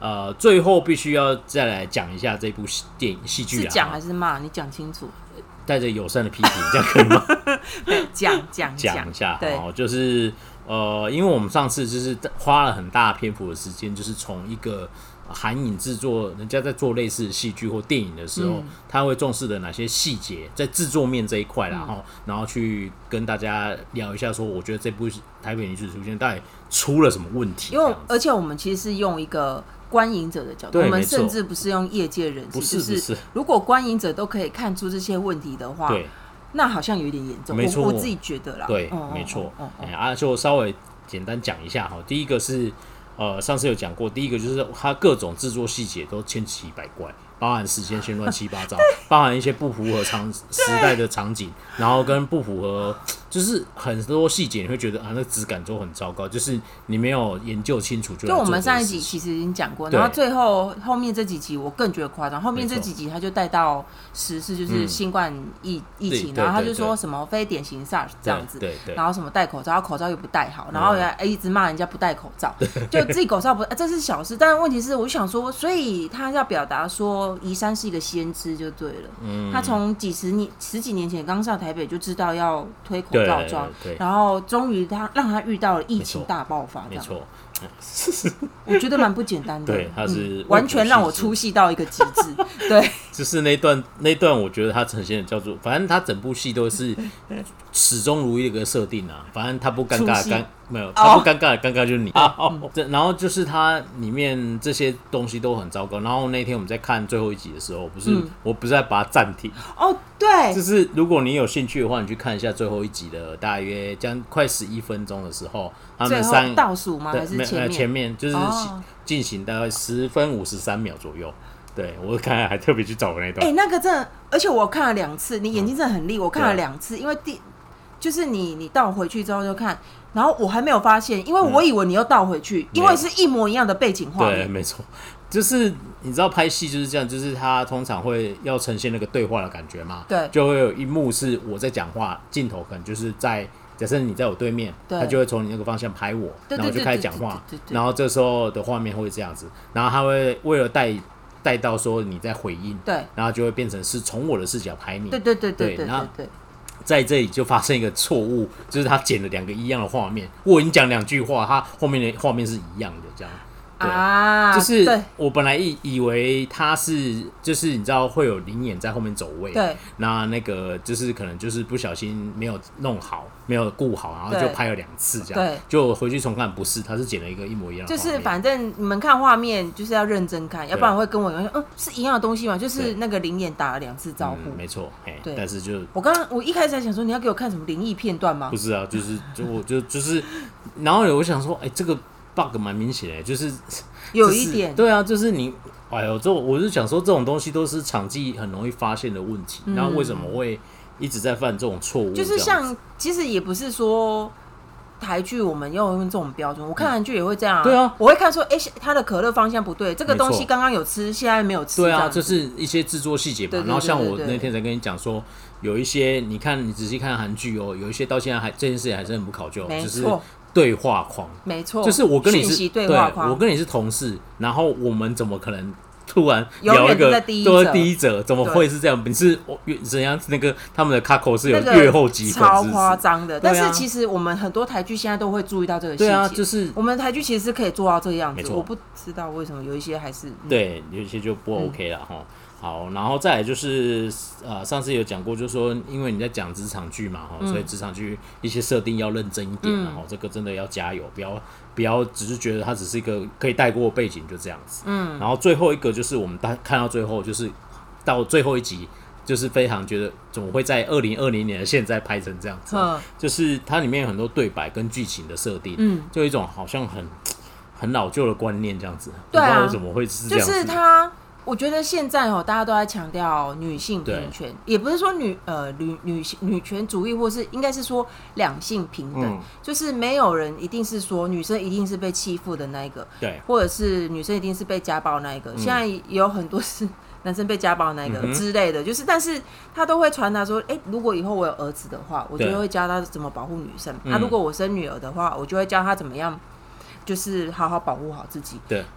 呃，最后必须要再来讲一下这部电影戏剧啊， 是讲还是骂？你讲清楚。 带着友善的批评，这样可以吗？ 讲讲讲一下， 对， 就是呃，因为我们上次就是花了很大篇幅的时间，就是从一个韩影制作，人家在做类似的戏剧或电影的时候，嗯、他会重视的哪些细节，在制作面这一块啦，然后、嗯、然后去跟大家聊一下，说我觉得这部《台北女子图鉴》到底出了什么问题？ 因为而且我们其实是用一个观影者的角度，我们甚至不是用业界人士， 不是不是。 如果观影者都可以看出这些问题的话， 对， 那好像有点严重。 没错， 我, 我自己觉得啦。 对， 哦、 没错。 哦哦哎啊，就稍微简单讲一下哈。第一个是呃，上次有讲过，第一个就是它各种制作细节都千奇百怪。包含时间线乱七八糟，包含一些不符合场时代的场景，然后跟不符合，就是很多细节你会觉得啊，那质感都很糟糕，就是你没有研究清楚就。 就我们上一集其实已经讲过，然后最后后面这几集我更觉得夸张，后面这几集他就带到时事，就是新冠疫、嗯、疫情，然后他就说什么非典型 SARS 这样子， 对对对， 然后什么戴口罩，口罩又不戴好，然后还一直骂人家不戴口罩，就自己口罩不，这是小事，但是问题是，我就想说，所以他要表达说。宜山是一个先知就对了，嗯、他从几十年、十几年前刚上台北就知道要推口罩装，然后终于他让他遇到了疫情大爆发， 没错， 我觉得蛮不简单的， 对，他是、 嗯、完全让我出戏到一个极致，对， 就是那段那段，我觉得他呈现的叫做，反正他整部戏都是始终如一的一个设定啊，反正他不尴尬，尴没有，他不尴尬，尴、oh. 尬就是你。哦、嗯，然后就是它里面这些东西都很糟糕。然后那天我们在看最后一集的时候，不是、嗯、我不是在把它暂停。 哦、oh, ，对， 就是如果你有兴趣的话，你去看一下最后一集的大约将快十一分钟的时候，他们三倒数吗？还是前面？ 前面就是进行大概十分五十三秒左右。对，我看还特别去找那段。 哎、欸，那个真的，而且我看了两次，你眼睛真的很利，嗯、我看了两次，因为第就是你你倒回去之后就看。然后我还没有发现，因为我以为你又倒回去，嗯、因为是一模一样的背景画面。 对，没错，就是你知道拍戏就是这样，就是他通常会要呈现那个对话的感觉嘛。 对， 就会有一幕是我在讲话，镜头可能就是在假设你在我对面，他就会从你那个方向拍我，然后就开始讲话，然后这时候的画面会这样子，然后他会为了带带到说你在回应， 对， 然后就会变成是从我的视角拍你， 对对对对对， 然后在这里就发生一个错误，就是他剪了两个一样的画面。我已经讲两句话，他后面的画面是一样的，这样。对啊，就是我本来以以为他是，就是你知道会有灵眼在后面走位， 对， 那那个就是可能就是不小心没有弄好，没有顾好，然后就拍了两次这样，对，就回去重看，不是，他是剪了一个一模一样的， 就是反正你们看画面就是要认真看，要不然会跟我说，嗯，是一样的东西嘛，就是那个灵眼打了两次招呼， 嗯、没错，对，但是就我刚刚我一开始还想说你要给我看什么灵异片段吗？ 不是啊，就是就我就就是，然后我想说，哎、欸，这个 bug 蛮明显的，就是。 有一点， 对啊，就是你，哎呦，这我是想说，这种东西都是场记很容易发现的问题，嗯、然后为什么会一直在犯这种错误？ 就是像，其实也不是说台剧我们要用这种标准，我看韩剧也会这样、啊嗯。 对啊， 我会看说，哎、欸，它的可乐方向不对，这个东西刚刚有吃，现在没有吃。 对啊，这是一些制作细节嘛。然后像我那天才跟你讲说，有一些你看，你仔细看韩剧哦，有一些到现在还这件事情还是很不考究， 没错。 就是对话框， 没错， 就是我跟你是对话框， 我跟你是同事，然后我们怎么可能突然聊一个都是第一者，怎么会是这样？你是人家那个他们的 Kako 是有月后积分， 超夸张的。但是其实我们很多台剧现在都会注意到这个细节， 对啊，就是我们台剧其实是可以做到这个样子。我不知道为什么有一些还是、嗯、 对，有一些就不 OK 了哈。嗯好，然后再来就是呃，上次有讲过，就是说，因为你在讲职场剧嘛，嗯、所以职场剧一些设定要认真一点，然后、嗯、这个真的要加油，不要不要只是觉得它只是一个可以带过的背景就这样子。嗯，然后最后一个就是我们看到最后，就是到最后一集，就是非常觉得怎么会在二零二零年的现在拍成这样子，嗯、就是它里面有很多对白跟剧情的设定，嗯，就有一种好像很很老旧的观念这样子， 对啊， 不知道怎么会是这样子， 就是它。我觉得现在哦，大家都在强调女性平权，也不是说女呃女女女权主义，或是应该是说两性平等，嗯、就是没有人一定是说女生一定是被欺负的那一个， 对， 或者是女生一定是被家暴的那一个。嗯、现在也有很多是男生被家暴的那一个、嗯、之类的，就是但是他都会传达说，哎、欸，如果以后我有儿子的话，我就会教他怎么保护女生；那、嗯啊、如果我生女儿的话，我就会教他怎么样，就是好好保护好自己。 对。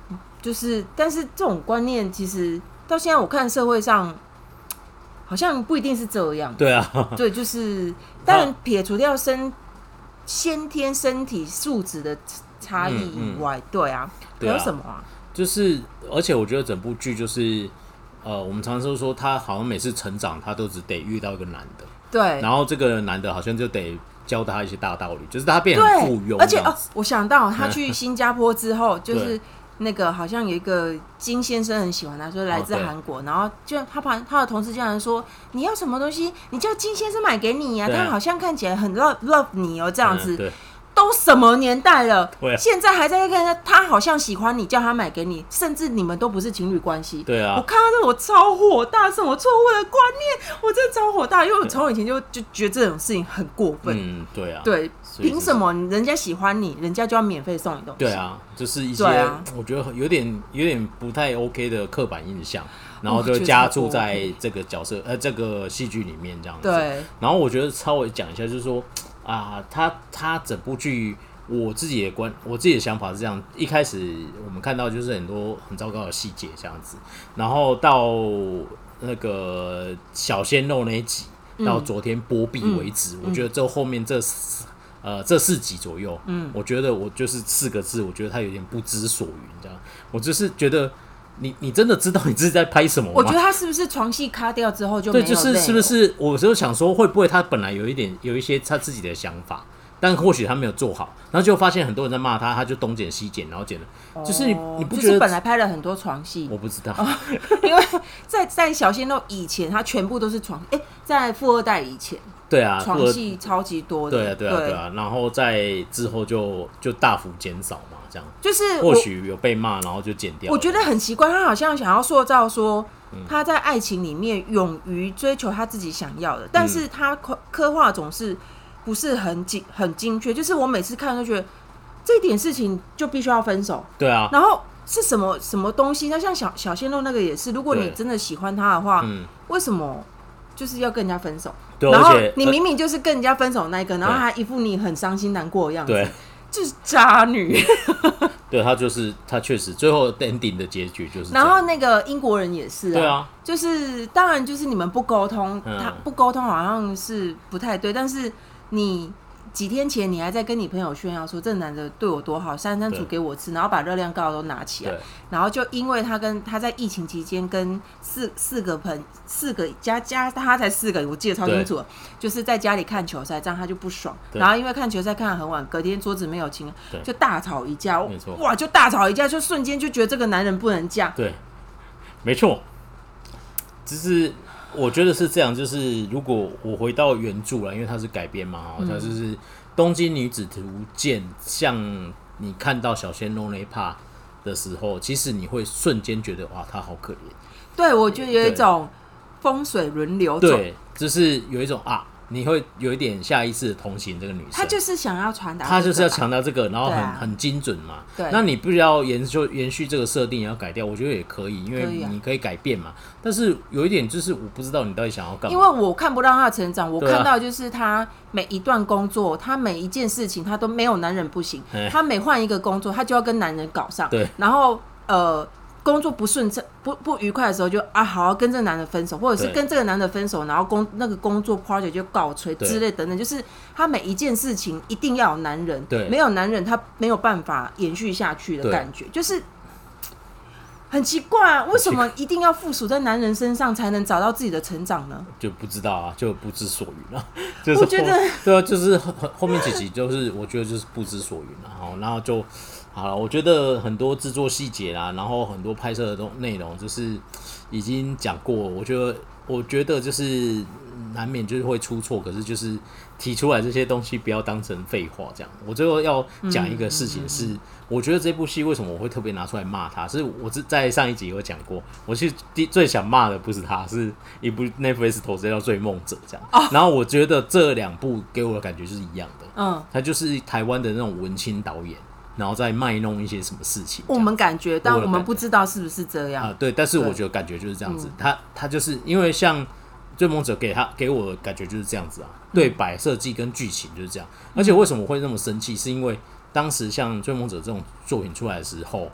就是，但是这种观念其实到现在我看社会上好像不一定是这样。 对啊， 对，就是当然撇除掉身先天身体素质的差异以外，嗯嗯对啊，还有什么啊？ 就是，而且我觉得整部剧就是，呃，我们常常说他好像每次成长，他都只得遇到一个男的， 对， 然后这个男的好像就得教他一些大道理，就是他变得很附庸。 而且哦，我想到他去新加坡之后，就是那个好像有一个金先生很喜欢他，说来自韩国，哦、然后就他旁他的同事竟然说你要什么东西，你叫金先生买给你呀、啊，他好像看起来很 love love 你哦，这样子。嗯都什么年代了？啊、现在还在看他，他好像喜欢你，叫他买给你，甚至你们都不是情侣关系。 对啊， 我看到这我超火大，是我错误的观念，我真的超火大，因为我从以前就就觉得这种事情很过分。嗯， 对啊， 对，凭什么人家喜欢你，人家就要免费送你东西？ 对啊，就是一些、啊、我觉得有点有点不太 OK 的刻板印象。然后就加注在这个角色、呃这个戏剧里面这样子。 对。 然后我觉得稍微讲一下，就是说啊，他他整部剧我自己的观，我自己的想法是这样：一开始我们看到就是很多很糟糕的细节这样子，然后到那个小鲜肉那一集，嗯、到昨天播毕为止，嗯、我觉得这后面这呃这四集左右，嗯，我觉得我就是四个字，我觉得他有点不知所云，这样，我就是觉得。你你真的知道你自己在拍什么吗？ 我觉得他是不是床戏卡掉之后就没有对，就是是不是？我就想说，会不会他本来有一点有一些他自己的想法，但或许他没有做好，然后就发现很多人在骂他，他就东剪西剪，然后剪了，哦、就是你你不觉得？ 就是本来拍了很多床戏， 我不知道， 哦、因为在在小鲜肉以前，他全部都是床，哎、欸，在富二代以前， 对啊， 床戏超级多的， 对啊对啊对啊，然后在之后就就大幅减少嘛。 就是或许有被骂，然后就剪掉。 我觉得很奇怪，他好像想要塑造说他在爱情里面勇于追求他自己想要的，嗯、但是他刻画总是不是很精很精确。就是我每次看都觉得这一点事情就必须要分手。 对啊。 然后是什么什么东西？那像小小鲜肉那个也是，如果你真的喜欢他的话，嗯、为什么就是要跟人家分手？ 对， 然后你明明就是跟人家分手那一个，然后还一副你很伤心难过的样子。 对。 就是渣女对，他就是他确实最后 ending 的结局就是这样。然后那个英国人也是啊， 对啊， 就是当然就是你们不沟通，嗯、他不沟通好像是不太对，但是你几天前你还在跟你朋友炫耀说这男的对我多好，三餐煮给我吃，然后把热量高都拿起来，然后就因为他跟他在疫情期间跟四四个朋四个加加他才四个，我记得超清楚了，就是在家里看球赛，这样他就不爽，然后因为看球赛看得很晚，隔天桌子没有清，就大吵一架，哇，就大吵一架，就瞬间就觉得这个男人不能嫁， 对，没错，只是。我觉得是这样，就是如果我回到原著了，因为它是改编嘛，嗯、它就是《东京女子图鉴》，像你看到小鲜肉那一 part 的时候，其实你会瞬间觉得哇，她好可怜。 对，我觉得有一种风水轮流走， 对，就是有一种啊。你会有一点下意识的同情这个女生， 她就是想要传达， 她就是要强调这个，然后很、啊、很精准嘛。对，那你不要延续延续这个设定，也要改掉，我觉得也可以，因为你可以改变嘛。啊、但是有一点就是，我不知道你到底想要干嘛， 因为我看不到她的成长，我看到就是她每一段工作，她每一件事情，她都没有男人不行，她每换一个工作，她就要跟男人搞上，对，然后呃。工作不顺畅、不不愉快的时候就，就啊，好好跟这个男的分手，或者是跟这个男的分手，然后工那个工作 project 就告吹之类等等，就是他每一件事情一定要有男人，没有男人他没有办法延续下去的感觉，就是很奇怪啊，为什么一定要附属在男人身上才能找到自己的成长呢？ 就不知道啊，就不知所云啊。就是、 我觉得对啊，就是后面几集就是我觉得就是不知所云啊，然后就。好了，我觉得很多制作细节啦，然后很多拍摄的内容，就是已经讲过。我觉得，我觉得就是难免就是会出错，可是就是提出来这些东西，不要当成废话这样。我最后要讲一个事情是，嗯、我觉得这部戏为什么我会特别拿出来骂他，是我在上一集有讲过，我其实最想骂的不是他，是一部 Netflix 投资叫《追梦者》这样。哦、然后我觉得这两部给我的感觉就是一样的，嗯，他就是台湾的那种文青导演。然后再卖弄一些什么事情， 我们感觉，但我们不知道是不是这样啊、呃？对，但是我觉得感觉就是这样子。他他就是因为像《追梦者》给他给我的感觉就是这样子啊，对白设计跟剧情就是这样。而且为什么我会那么生气，是因为当时像《追梦者》这种作品出来的时候，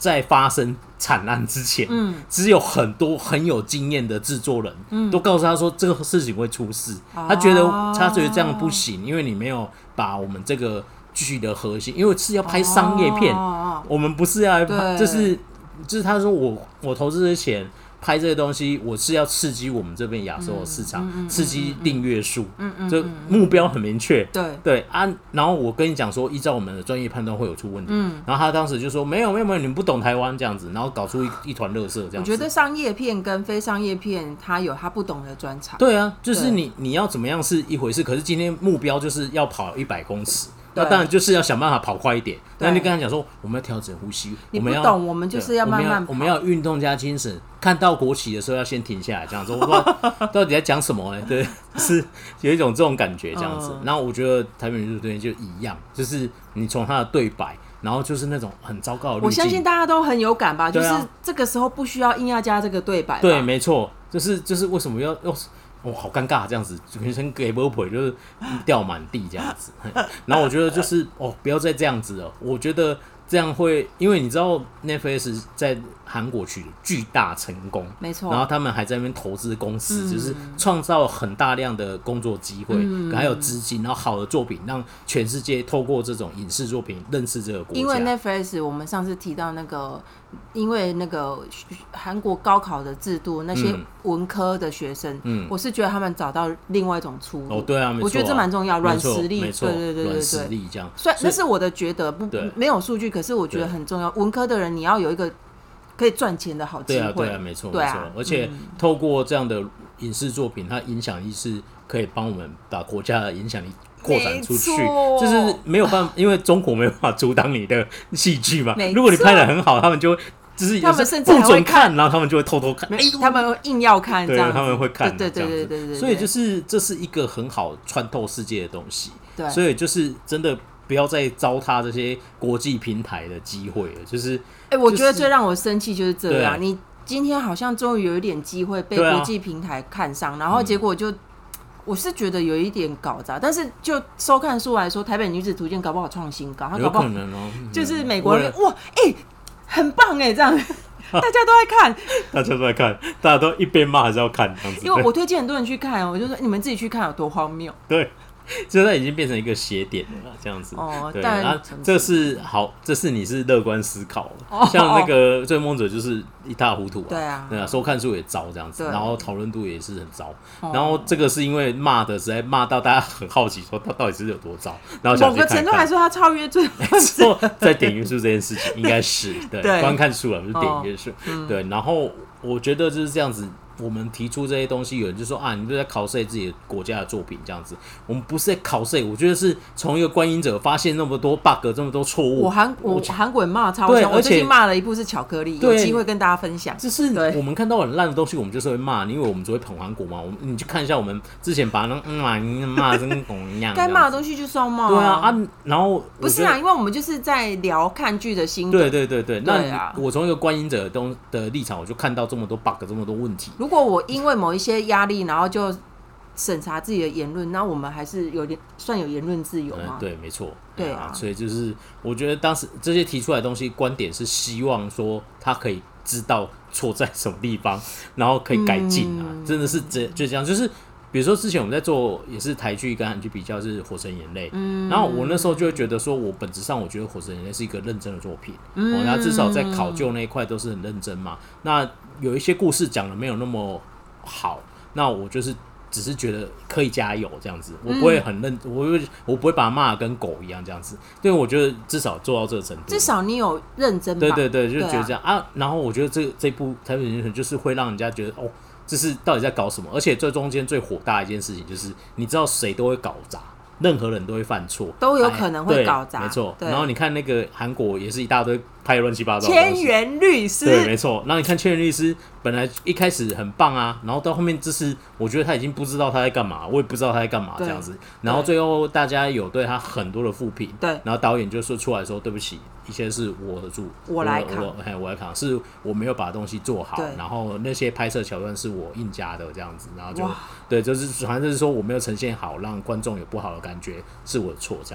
在发生惨案之前，嗯，只有很多很有经验的制作人，嗯，都告诉他说这个事情会出事，哦、他觉得他觉得这样不行，因为你没有把我们这个剧的核心，因为是要拍商业片，哦、我们不是要来拍，就是就是他说我我投资的钱。拍这些东西，我是要刺激我们这边亚洲的市场，嗯嗯嗯、刺激订阅数，嗯嗯，就目标很明确，对对啊。然后我跟你讲说，依照我们的专业判断会有出问题，嗯，然后他当时就说没有没有没有，你们不懂台湾这样子，然后搞出一一团垃圾这样子。我觉得商业片跟非商业片，它有它不懂的专长。 对啊，就是你你要怎么样是一回事，可是今天目标就是要跑一百公尺。那当然就是要想办法跑快一点。那你跟他讲说，我们要调整呼吸， 你不懂，我们就是要慢慢跑。 我们要运动加精神。看到国旗的时候要先停下来，这样子。我不知道到底在讲什么呢？对，是有一种这种感觉这样子。嗯、然后我觉得台北女主对就一样，就是你从他的对白，然后就是那种很糟糕的滤镜。 我相信大家都很有感吧，就是这个时候不需要硬要加这个对白吧。 对，没错，就是就是为什么要要。哦，好尴尬，这样子，全身给不腿就是掉满地这样子。然后我觉得就是哦，不要再这样子了。我觉得这样会，因为你知道 Netflix 在韩国取得巨大成功， 没错。 然后他们还在那边投资公司，嗯、就是创造很大量的工作机会，嗯、还有资金，然后好的作品让全世界透过这种影视作品认识这个国家。 因为 Netflix 我们上次提到那个。因为那个韩国高考的制度，那些文科的学生，嗯、我是觉得他们找到另外一种出路。 哦，对啊，没错啊， 我觉得这蛮重要，软实力， 没错， 对对对对对， 软实力这样。 虽然那是我的觉得，不没有数据，可是我觉得很重要。文科的人，你要有一个可以赚钱的好机会。 对啊，对啊，没错，没错。而且透过这样的影视作品，它影响力是可以帮我们把国家的影响力。扩展出去，就是没有办法，因为中国没有办法阻挡你的戏剧嘛。如果你拍得很好，他们就就是他们甚至不准看，然后他们就会偷偷看， 他们硬要看， 对，他们会看， 对对对对对。 所以就是这是一个很好穿透世界的东西。对，所以就是真的不要再糟蹋这些国际平台的机会了。就是， 哎，我觉得最让我生气就是这样，你今天好像终于有一点机会被国际平台看上，然后结果就。我是觉得有一点搞砸，但是就收看数来说，《台北女子图鉴》搞不好创新高，它搞不好有可能哦， 就是美国人哇，哎、欸，很棒哎，这样大家都在看， 大家都在看，大家都一边骂还是要看这样子。 因为我推荐很多人去看，我就说你们自己去看有多荒谬。 对。现在已经变成一个斜点了，这样子。哦，对，然后这是好，这是你是乐观思考了。哦、像那个《追梦者》就是一塌糊涂、啊， 对啊， 对啊，收看数也糟这样子，然后讨论度也是很糟。哦、然后这个是因为骂的实在骂到大家很好奇，说他到底是有多糟。然后想去看看某个程度来说，他超越最没错，在点阅数这件事情应该是对, 对观看数了，不是点阅数。哦嗯、对，然后我觉得就是这样子。我们提出这些东西，有人就说啊，你们在考试自己的国家的作品这样子。我们不是在考试，我觉得是从一个观影者发现那么多 bug， 这么多错误。 我韩我韩国人骂超凶，我最近骂了一部是巧克力，有机会跟大家分享。 就是我们看到很烂的东西，我们就是会骂，因为我们只会捧韩国嘛。我们你去看一下，我们之前把那嗯骂骂的跟狗一样， 该骂的东西就是要骂。 对啊啊，然后不是啊，因为我们就是在聊看剧的心得。 对对对对，那我从一个观影者的的立场，我就看到这么多 bug， 这么多问题。 如果我因为某一些压力，然后就审查自己的言论，那我们还是有点算有言论自由吗？ 嗯、对，没错。 对啊， 所以就是我觉得当时这些提出来的东西，观点是希望说他可以知道错在什么地方，然后可以改进啊，嗯、真的是这就这样，就是。比如说之前我们在做也是台剧跟韩剧比较是《火神眼泪》，嗯，然后我那时候就会觉得说，我本质上我觉得《火神眼泪》是一个认真的作品，嗯，那、哦、至少在考究那一块都是很认真嘛。那有一些故事讲的没有那么好，那我就是只是觉得可以加油这样子，我不会很认，嗯、我我不会把它骂得跟狗一样这样子。对，我觉得至少做到这个程度， 至少你有认真吧。 对对对，就觉得这样 啊, 啊。然后我觉得这这部台北女神就是会让人家觉得哦。这是到底在搞什么？而且最中间最火大的一件事情就是，你知道谁都会搞砸，任何人都会犯错， 都有可能会搞砸， 没错。然后你看那个韩国也是一大堆拍乱七八糟的千元律师， 对，没错。然后你看千元律师本来一开始很棒啊，然后到后面就是我觉得他已经不知道他在干嘛，我也不知道他在干嘛这样子。然后最后大家有对他很多的负评，对。然后导演就说出来说对不起。一切是我的主， 我来扛， 我我来扛，是我没有把东西做好，然后那些拍摄桥段是我硬加的这样子，然后就对，就是反正就是说我没有呈现好，让观众有不好的感觉，是我的错这样子。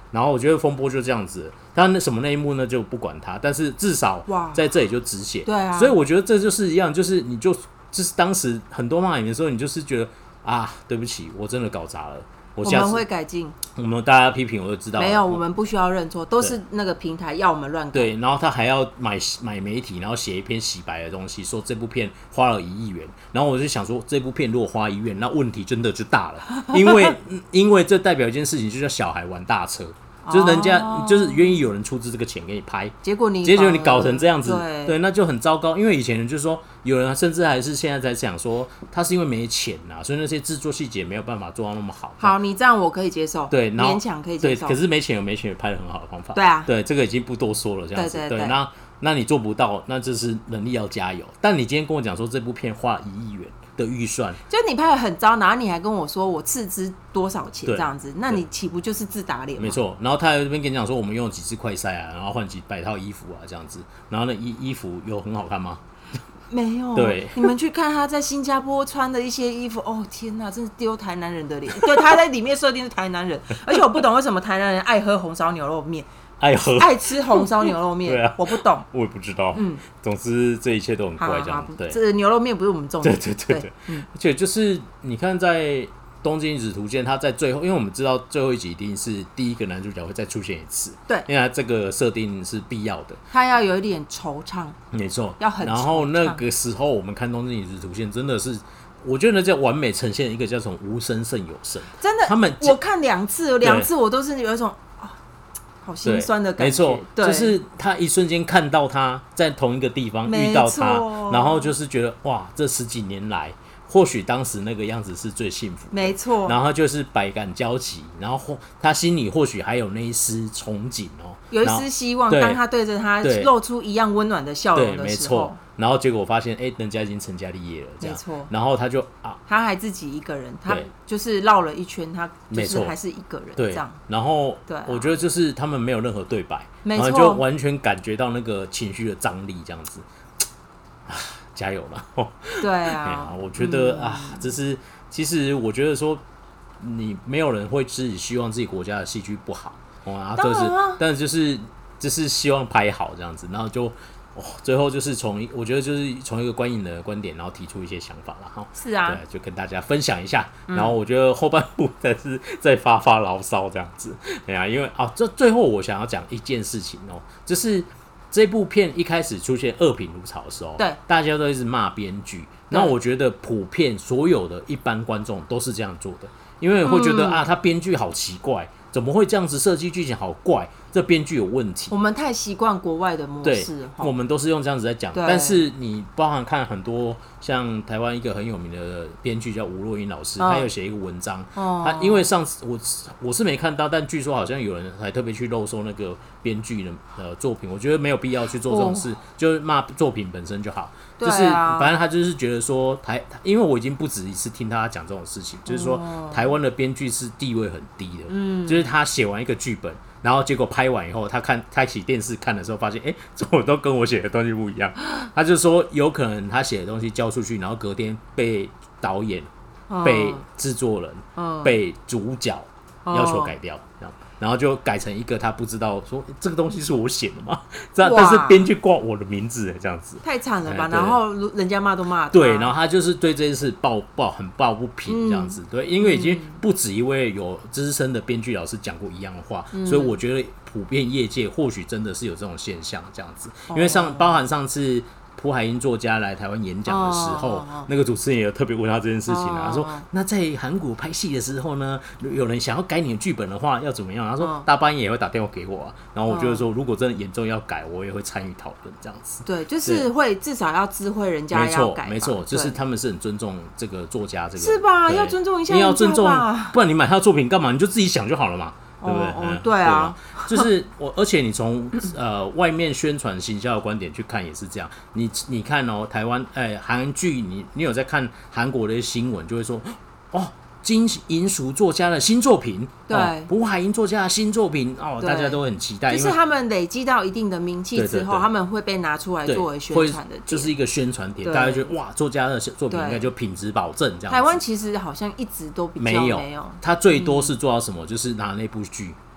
然后我觉得风波就这样子，他那什么那一幕呢就不管他，但是至少在这里就止血。 对啊， 所以我觉得这就是一样，就是你就就是当时很多骂你的时候，你就是觉得啊，对不起，我真的搞砸了。我, 我们会改进。 我们大家批评我就知道了。 没有，我们不需要认错，都是那个平台要我们乱改。 对，然后他还要买买媒体，然后写一篇洗白的东西，说这部片花了一亿元。然后我就想说，这部片如果花一亿元，那问题真的就大了，因为因为这代表一件事情，就叫小孩玩大车。就是人家、哦、就是愿意有人出资这个钱给你拍， 结果你结果你搞成这样子， 对, 对，那就很糟糕。因为以前人就说，有人甚至还是现在在讲说，他是因为没钱呐、啊，所以那些制作细节没有办法做到那么好。 好，你这样我可以接受， 对， 勉强可以接受。 对，可是没钱有没钱拍的很好的方法。 对啊， 对，这个已经不多说了，这样子。 对对对， 对那那你做不到，那就是能力要加油。但你今天跟我讲说这部片花一亿元的预算， 就你拍的很糟，然后你还跟我说我斥资多少钱这样子，那你岂不就是自打脸吗？ 没错。然后他在这边跟你讲说，我们用几支快塞啊，然后换几百套衣服啊，这样子。然后那衣衣服有很好看吗？ 没有。 对， 你们去看他在新加坡穿的一些衣服，哦天哪，真是丢台南人的脸。对，他在里面设定是台南人，而且我不懂为什么台南人爱喝红烧牛肉面。 爱喝爱吃红烧牛肉面， 对啊， 我不懂， 我也不知道。嗯，总之这一切都很怪，这样对。 这牛肉面不是我们重点， 对对对对。嗯，而且就是你看，在《东京女子图鉴》，他在最后，因为我们知道最后一集一定是第一个男主角会再出现一次， 对， 因为他这个设定是必要的， 他要有一点惆怅， 没错， 要很。 然后那个时候我们看《东京女子图鉴》，真的是。我觉得那叫完美呈现一个叫做无声胜有声， 真的。 他们我看两次，两次我都是有一种啊，好心酸的感觉。 没错，就是他一瞬间看到他在同一个地方遇到他，然后就是觉得哇，这十几年来，或许当时那个样子是最幸福的， 没错。 然后就是百感交集，然后他心里或许还有那一丝憧憬哦， 有一丝希望。当他对着他露出一样温暖的笑容的时候。 然后结果我发现，哎、欸，人家已经成家立业了，这样。 没错。 然后他就啊， 他还自己一个人，他就是绕了一圈，他就是还是一个人这样。 然后， 对、啊， 我觉得就是他们没有任何对白， 没错， 然后就完全感觉到那个情绪的张力，这样子。啊，加油了！ 对啊， 啊，我觉得、嗯、啊，这是其实我觉得说，你没有人会自己希望自己国家的戏剧不好，哦、啊， 当然啊， 但是就是就是希望拍好这样子，然后就。哦，最后就是从我觉得就是从一个观影的观点，然后提出一些想法了哈。 是啊， 对，就跟大家分享一下。嗯、然后我觉得后半部才是在发发牢骚这样子。对啊，因为啊，这最后我想要讲一件事情哦，就是这部片一开始出现恶评如潮的时候， 对， 大家都一直骂编剧。那我觉得普遍所有的一般观众都是这样做的，因为会觉得、嗯、啊，他编剧好奇怪，怎么会这样子设计剧情，好怪。这编剧有问题， 我们太习惯国外的模式， 对，我们都是用这样子在讲。但是你包含看很多像台湾一个很有名的编剧叫吴若英老师，哦、他有写一个文章，哦、他因为上次我我是没看到，但据说好像有人还特别去漏搜那个编剧的呃作品，我觉得没有必要去做这种事，哦、就骂作品本身就好。就是、啊、反正他就是觉得说台，因为我已经不止一次听他讲这种事情，就是说台湾的编剧是地位很低的，嗯，就是他写完一个剧本。然后结果拍完以后，他看开启电视看的时候，发现哎，怎么都跟我写的东西不一样。他就说，有可能他写的东西交出去，然后隔天被导演、哦、被制作人、哦、被主角要求改掉，这样。然后就改成一个他不知道说这个东西是我写的吗？这但是编剧挂我的名字这样子， 太惨了吧？然后人家骂都骂他， 对，然后他就是对这件事抱抱很抱不平这样子，嗯、对，因为已经不止一位有资深的编剧老师讲过一样的话，嗯、所以我觉得普遍业界或许真的是有这种现象这样子，因为上包含上次。朴海英作家来台湾演讲的时候， oh, oh, oh. 那个主持人也有特别问他这件事情啊， oh, oh. 他说：“那在韩国拍戏的时候呢，有人想要改你的剧本的话，要怎么样？”他说：“ oh. 大半夜也会打电话给我啊。”然后我就说：“ oh. 如果真的严重要改，我也会参与讨论这样子。” 对，就是会至少要知会人家要改， 没错，没错，就是他们是很尊重这个作家，这个是吧？要尊重一下人家吧， 你要尊重，不然你买他的作品干嘛？你就自己想就好了嘛。对不对？ 哦嗯、对啊， 对就是我，而且你从呃外面宣传行销的观点去看也是这样。你你看哦，台湾哎韩剧，你你有在看韩国的新闻，就会说哦，金银淑作家的新作品， 对， 朴海英作家的新作品哦，大家都很期待， 就是他们累积到一定的名气之后，对对对他们会被拿出来作为宣传的， 就是一个宣传点，大家觉得哇，作家的作品应该就品质保证这样子。 台湾其实好像一直都比较没有， 没有他最多是做到什么，嗯、就是拿那部剧。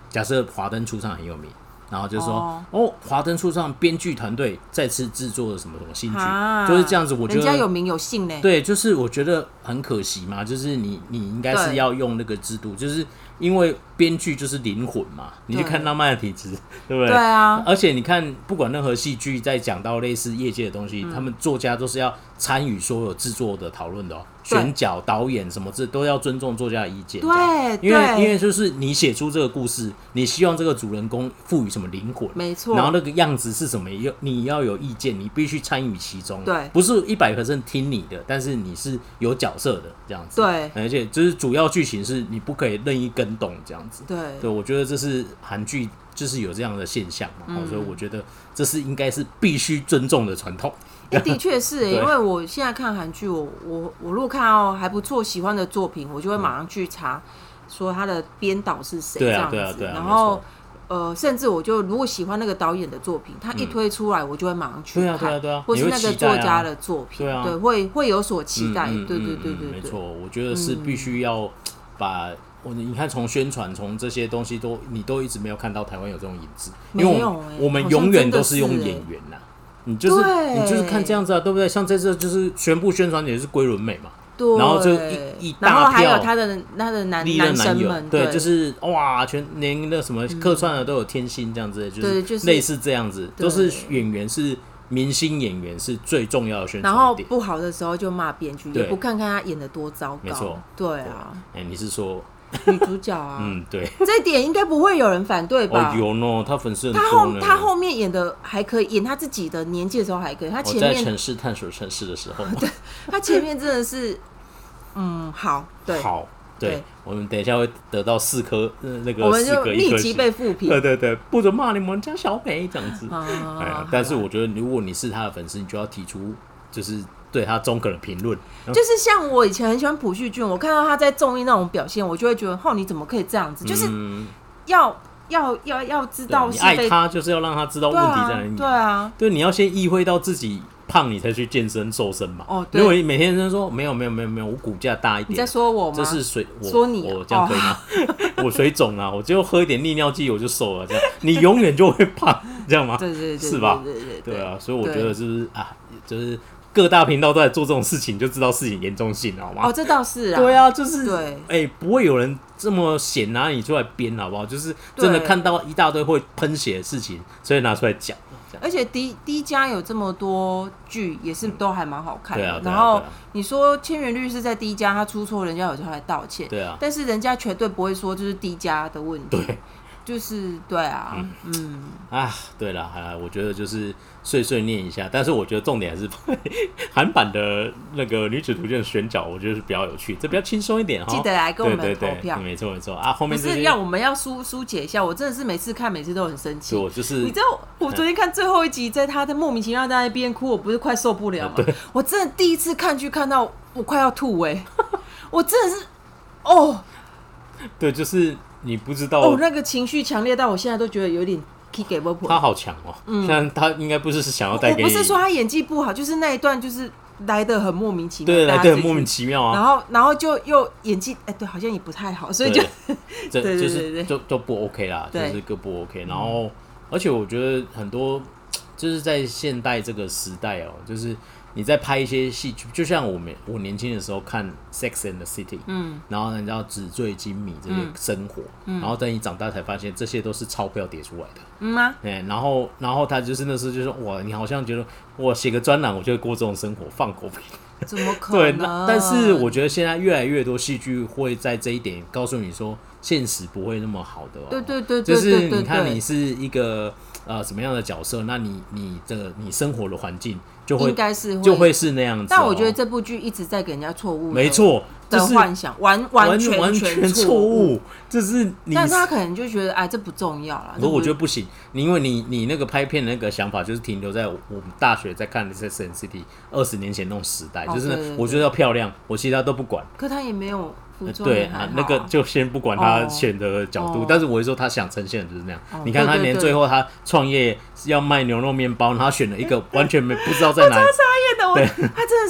假设华灯初上很有名。然后就说哦，华灯初上编剧团队再次制作了什么什么新剧，啊、就是这样子。我觉得人家有名有姓呢。 对，就是我觉得很可惜嘛，就是你你应该是要用那个制度，就是因为编剧就是灵魂嘛。你去看浪漫的体质，对不对？ 对啊。 而且你看，不管任何戏剧在讲到类似业界的东西，嗯、他们作家都是要参与所有制作的讨论的哦。选角、导演什么这都要尊重作家的意见。 对， 因为因为就是你写出这个故事，你希望这个主人公赋予什么灵魂， 没错。 然后那个样子是什么，你要有意见，你必须参与其中。 对， 不是一百 percent 听你的，但是你是有角色的这样子。 对， 而且就是主要剧情是你不可以任意跟动这样子。 对， 对，我觉得这是韩剧就是有这样的现象嘛，嗯、所以我觉得这是应该是必须尊重的传统。 欸、的确是、欸，因为我现在看韩剧，我我我如果看到还不错、喜欢的作品，我就会马上去查，说他的编导是谁，这样子。 对啊，对啊， 然后呃，甚至我就如果喜欢那个导演的作品，他一推出来，我就会马上去看， 对啊，对啊， 或是那个作家的作品， 对啊， 对，会会有所期待， 嗯、 对对对对对，没错，我觉得是必须要把。我你看，从宣传，从这些东西都，你都一直没有看到台湾有这种影子，因为我们、欸、我们永远都是用演员呐、啊，你就是你就是看这样子啊，对不对？像这次就是全部宣传也是龟伦美嘛， 对， 然后就一一大票， 然后还有他的他的男男生们， 对，就是哇，全连那什么客串的都有天心这样子，嗯、就是类似这样子，都是演员是。明星演员是最重要的宣传点， 然后不好的时候就骂编剧，也不看看他演得多糟糕。 没错， 对啊。 哎、欸，你是说女主角啊？ 嗯，对， 这一点应该不会有人反对吧？ 哦，有呢，他粉丝很多他后他后面演的还可以，演他自己的年纪的时候还可以。他前面在城市探索城市的时候， 对，他前面真的是，嗯，好，对， 好。对, 对，我们等一下会得到四颗、呃、那个， 我们就立即被复评。 对对对，不准骂你们家小美这样子。啊、哎呀，但是我觉得，如果你是他的粉丝，你就要提出就是对他中肯的评论。 就是像我以前很喜欢朴叙俊，我看到他在综艺那种表现，我就会觉得，哦，你怎么可以这样子？就是要、嗯、要要要知道是， 你爱他就是要让他知道问题在哪里。 对啊， 对，你要先意会到自己。胖你才去健身瘦身嘛？ 哦，对。 因为每天都说没有没有没有没有，我骨架大一点。 你在说我吗？ 这是水，我说你、啊， 我这样可以吗？哦、我水肿啊，我就喝一点利尿剂我就瘦了，这样你永远就会胖，这样吗？ 对对对， 是吧？ 对对 对, 对, 对啊，所以我觉得是不是啊，就是各大频道都在做这种事情，就知道事情严重性了，好吗？ 哦，这倒是啊。 对啊，就是对， 哎、欸，不会有人这么闲拿你出来编，好不好？就是真的看到一大堆会喷血的事情，所以拿出来讲。 而且 D D 家有这么多剧，也是都还蛮好看的。 对啊， 然后你说千元律师在 D 家他出错，人家有时候来道歉。 对啊， 但是人家绝对不会说就是 D 家的问题。 对， 就是对啊，嗯, 嗯啊，对了，啊，我觉得就是碎碎念一下，但是我觉得重点还是韩版的那个女子图鉴的选角，我觉得是比较有趣，这比较轻松一点哈。 记得来跟我们投票， 对对对，没错没错啊。后面不是让我们要疏疏解一下，我真的是每次看每次都很生气。 我就是你知道，我昨天看最后一集，在他的莫名其妙在那边哭，我不是快受不了吗？我真的第一次看剧看到我快要吐哎、欸，我真的是哦， 对，就是你不知道哦，那个情绪强烈到我现在都觉得有点。 他好强哦，嗯，像他应该不是想要带给你， 我不是说他演技不好，就是那一段就是来得很莫名其妙， 对，来得很莫名其妙啊。 然后，然后就又演技，哎，对，好像也不太好，所以就， 对对对对，就都不 OK 啦，就是各不 OK。然后，嗯、而且我觉得很多就是在现代这个时代哦，就是你在拍一些戏剧，就像我们我年轻的时候看《Sex and the City》，嗯，然后你知道纸醉金迷这些生活，嗯，然后等你长大才发现这些都是钞票叠出来的， 嗯吗？ 对，然后然后他就是那时候就说哇，你好像觉得我写个专栏我就会过这种生活，放狗屁。 怎么可能？对， 那但是我觉得现在越来越多戏剧会在这一点告诉你说，现实不会那么好的、哦。 对对对对， 就是你看你是一个呃什么样的角色，那你你的你生活的环境就会应该是会就会是那样子、哦。 但我觉得这部剧一直在给人家错误， 没错。 的幻想完完全完全错误，这是你， 但是他可能就觉得哎，这不重要啦。 可我觉得不行，你因为你你那个拍片的那个想法就是停留在我们大学在看的 Sex and the City 二十年前那种时代，哦、就是呢对对对我觉得要漂亮，我其他都不管。 可他也没有服装、 呃，对啊，那个就先不管他选择的角度，哦、但是我会说他想呈现的就是那样。哦、你看他连最后他创业要卖牛肉面包，然后他选了一个完全没不知道在哪里， 我超傻眼的，我他真的是。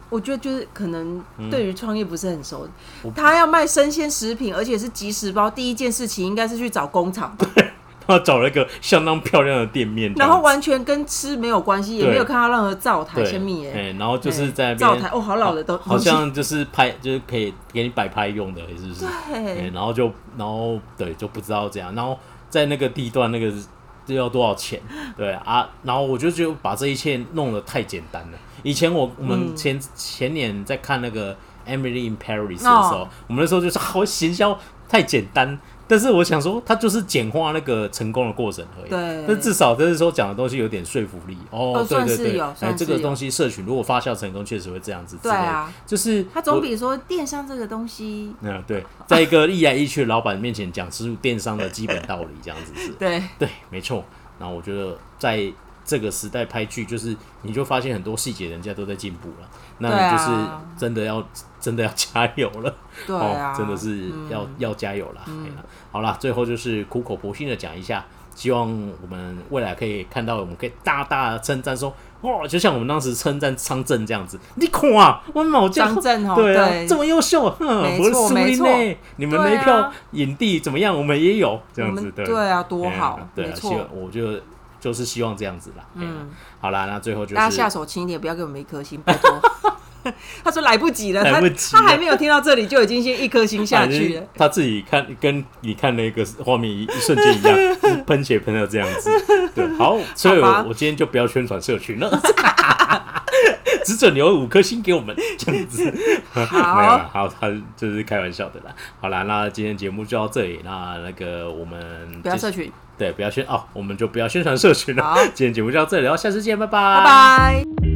我觉得就是可能对于创业不是很熟，嗯、他要卖生鲜食品，而且是即食包，第一件事情应该是去找工厂吧。 对，他找了一个相当漂亮的店面， 然后完全跟吃没有关系，也没有看到任何灶台前面耶。 然后就是在那边灶台哦，好老的都好像就是拍，就是可以给你摆拍用的，是不是？ 对。 然后就然后对就不知道这样，然后在那个地段那个这要多少钱？对啊，然后我就觉得把这一切弄得太简单了。以前我我们前、嗯、前年在看那个 Emily in Paris 的时候，哦、我们那时候就是好行销太简单，但是我想说，它就是简化那个成功的过程而已。 对， 但至少就是说讲的东西有点说服力。哦， 哦对对对， 哎， 这个东西社群如果发酵成功，确实会这样子。 对啊， 就是它总比说电商这个东西， 嗯，对，在一个一来一去的老板面前讲出电商的基本道理，这样子是。 对对，没错。然后我觉得在这个时代拍剧，就是你就发现很多细节人家都在进步了，那你就是真的要、啊、真的要加油了。 对啊， 哦、真的是要、嗯、要加油啦、嗯、好啦，最后就是苦口婆心的讲一下，希望我们未来可以看到，我们可以大大的称赞说，哇，就像我们当时称赞张震这样子，你看啊，我们张震哦， 对啊， 对， 这么优秀， 没错没错， 你们那一票影帝怎么样？我们也有这样子，对对啊，多好， 对啊，希望我就就是希望这样子啦。嗯，好啦，那最后就是大家下手轻一点，不要给我们一颗星，拜托。他说来不及了， 来不及他他还没有听到这里就已经先一颗星下去了。 他自己看跟你看那个画面一一瞬间一样，喷血喷到这样子。对，好，所以我我今天就不要宣传社群了，只准留五颗星给我们这样子。 好， 没有啦，好，他就是开玩笑的啦。好啦，那今天节目就到这里。那那个我们不要社群， 对，不要宣哦，我们就不要宣传社群了。今天节目就到这里，然后下次见，拜拜， 拜拜。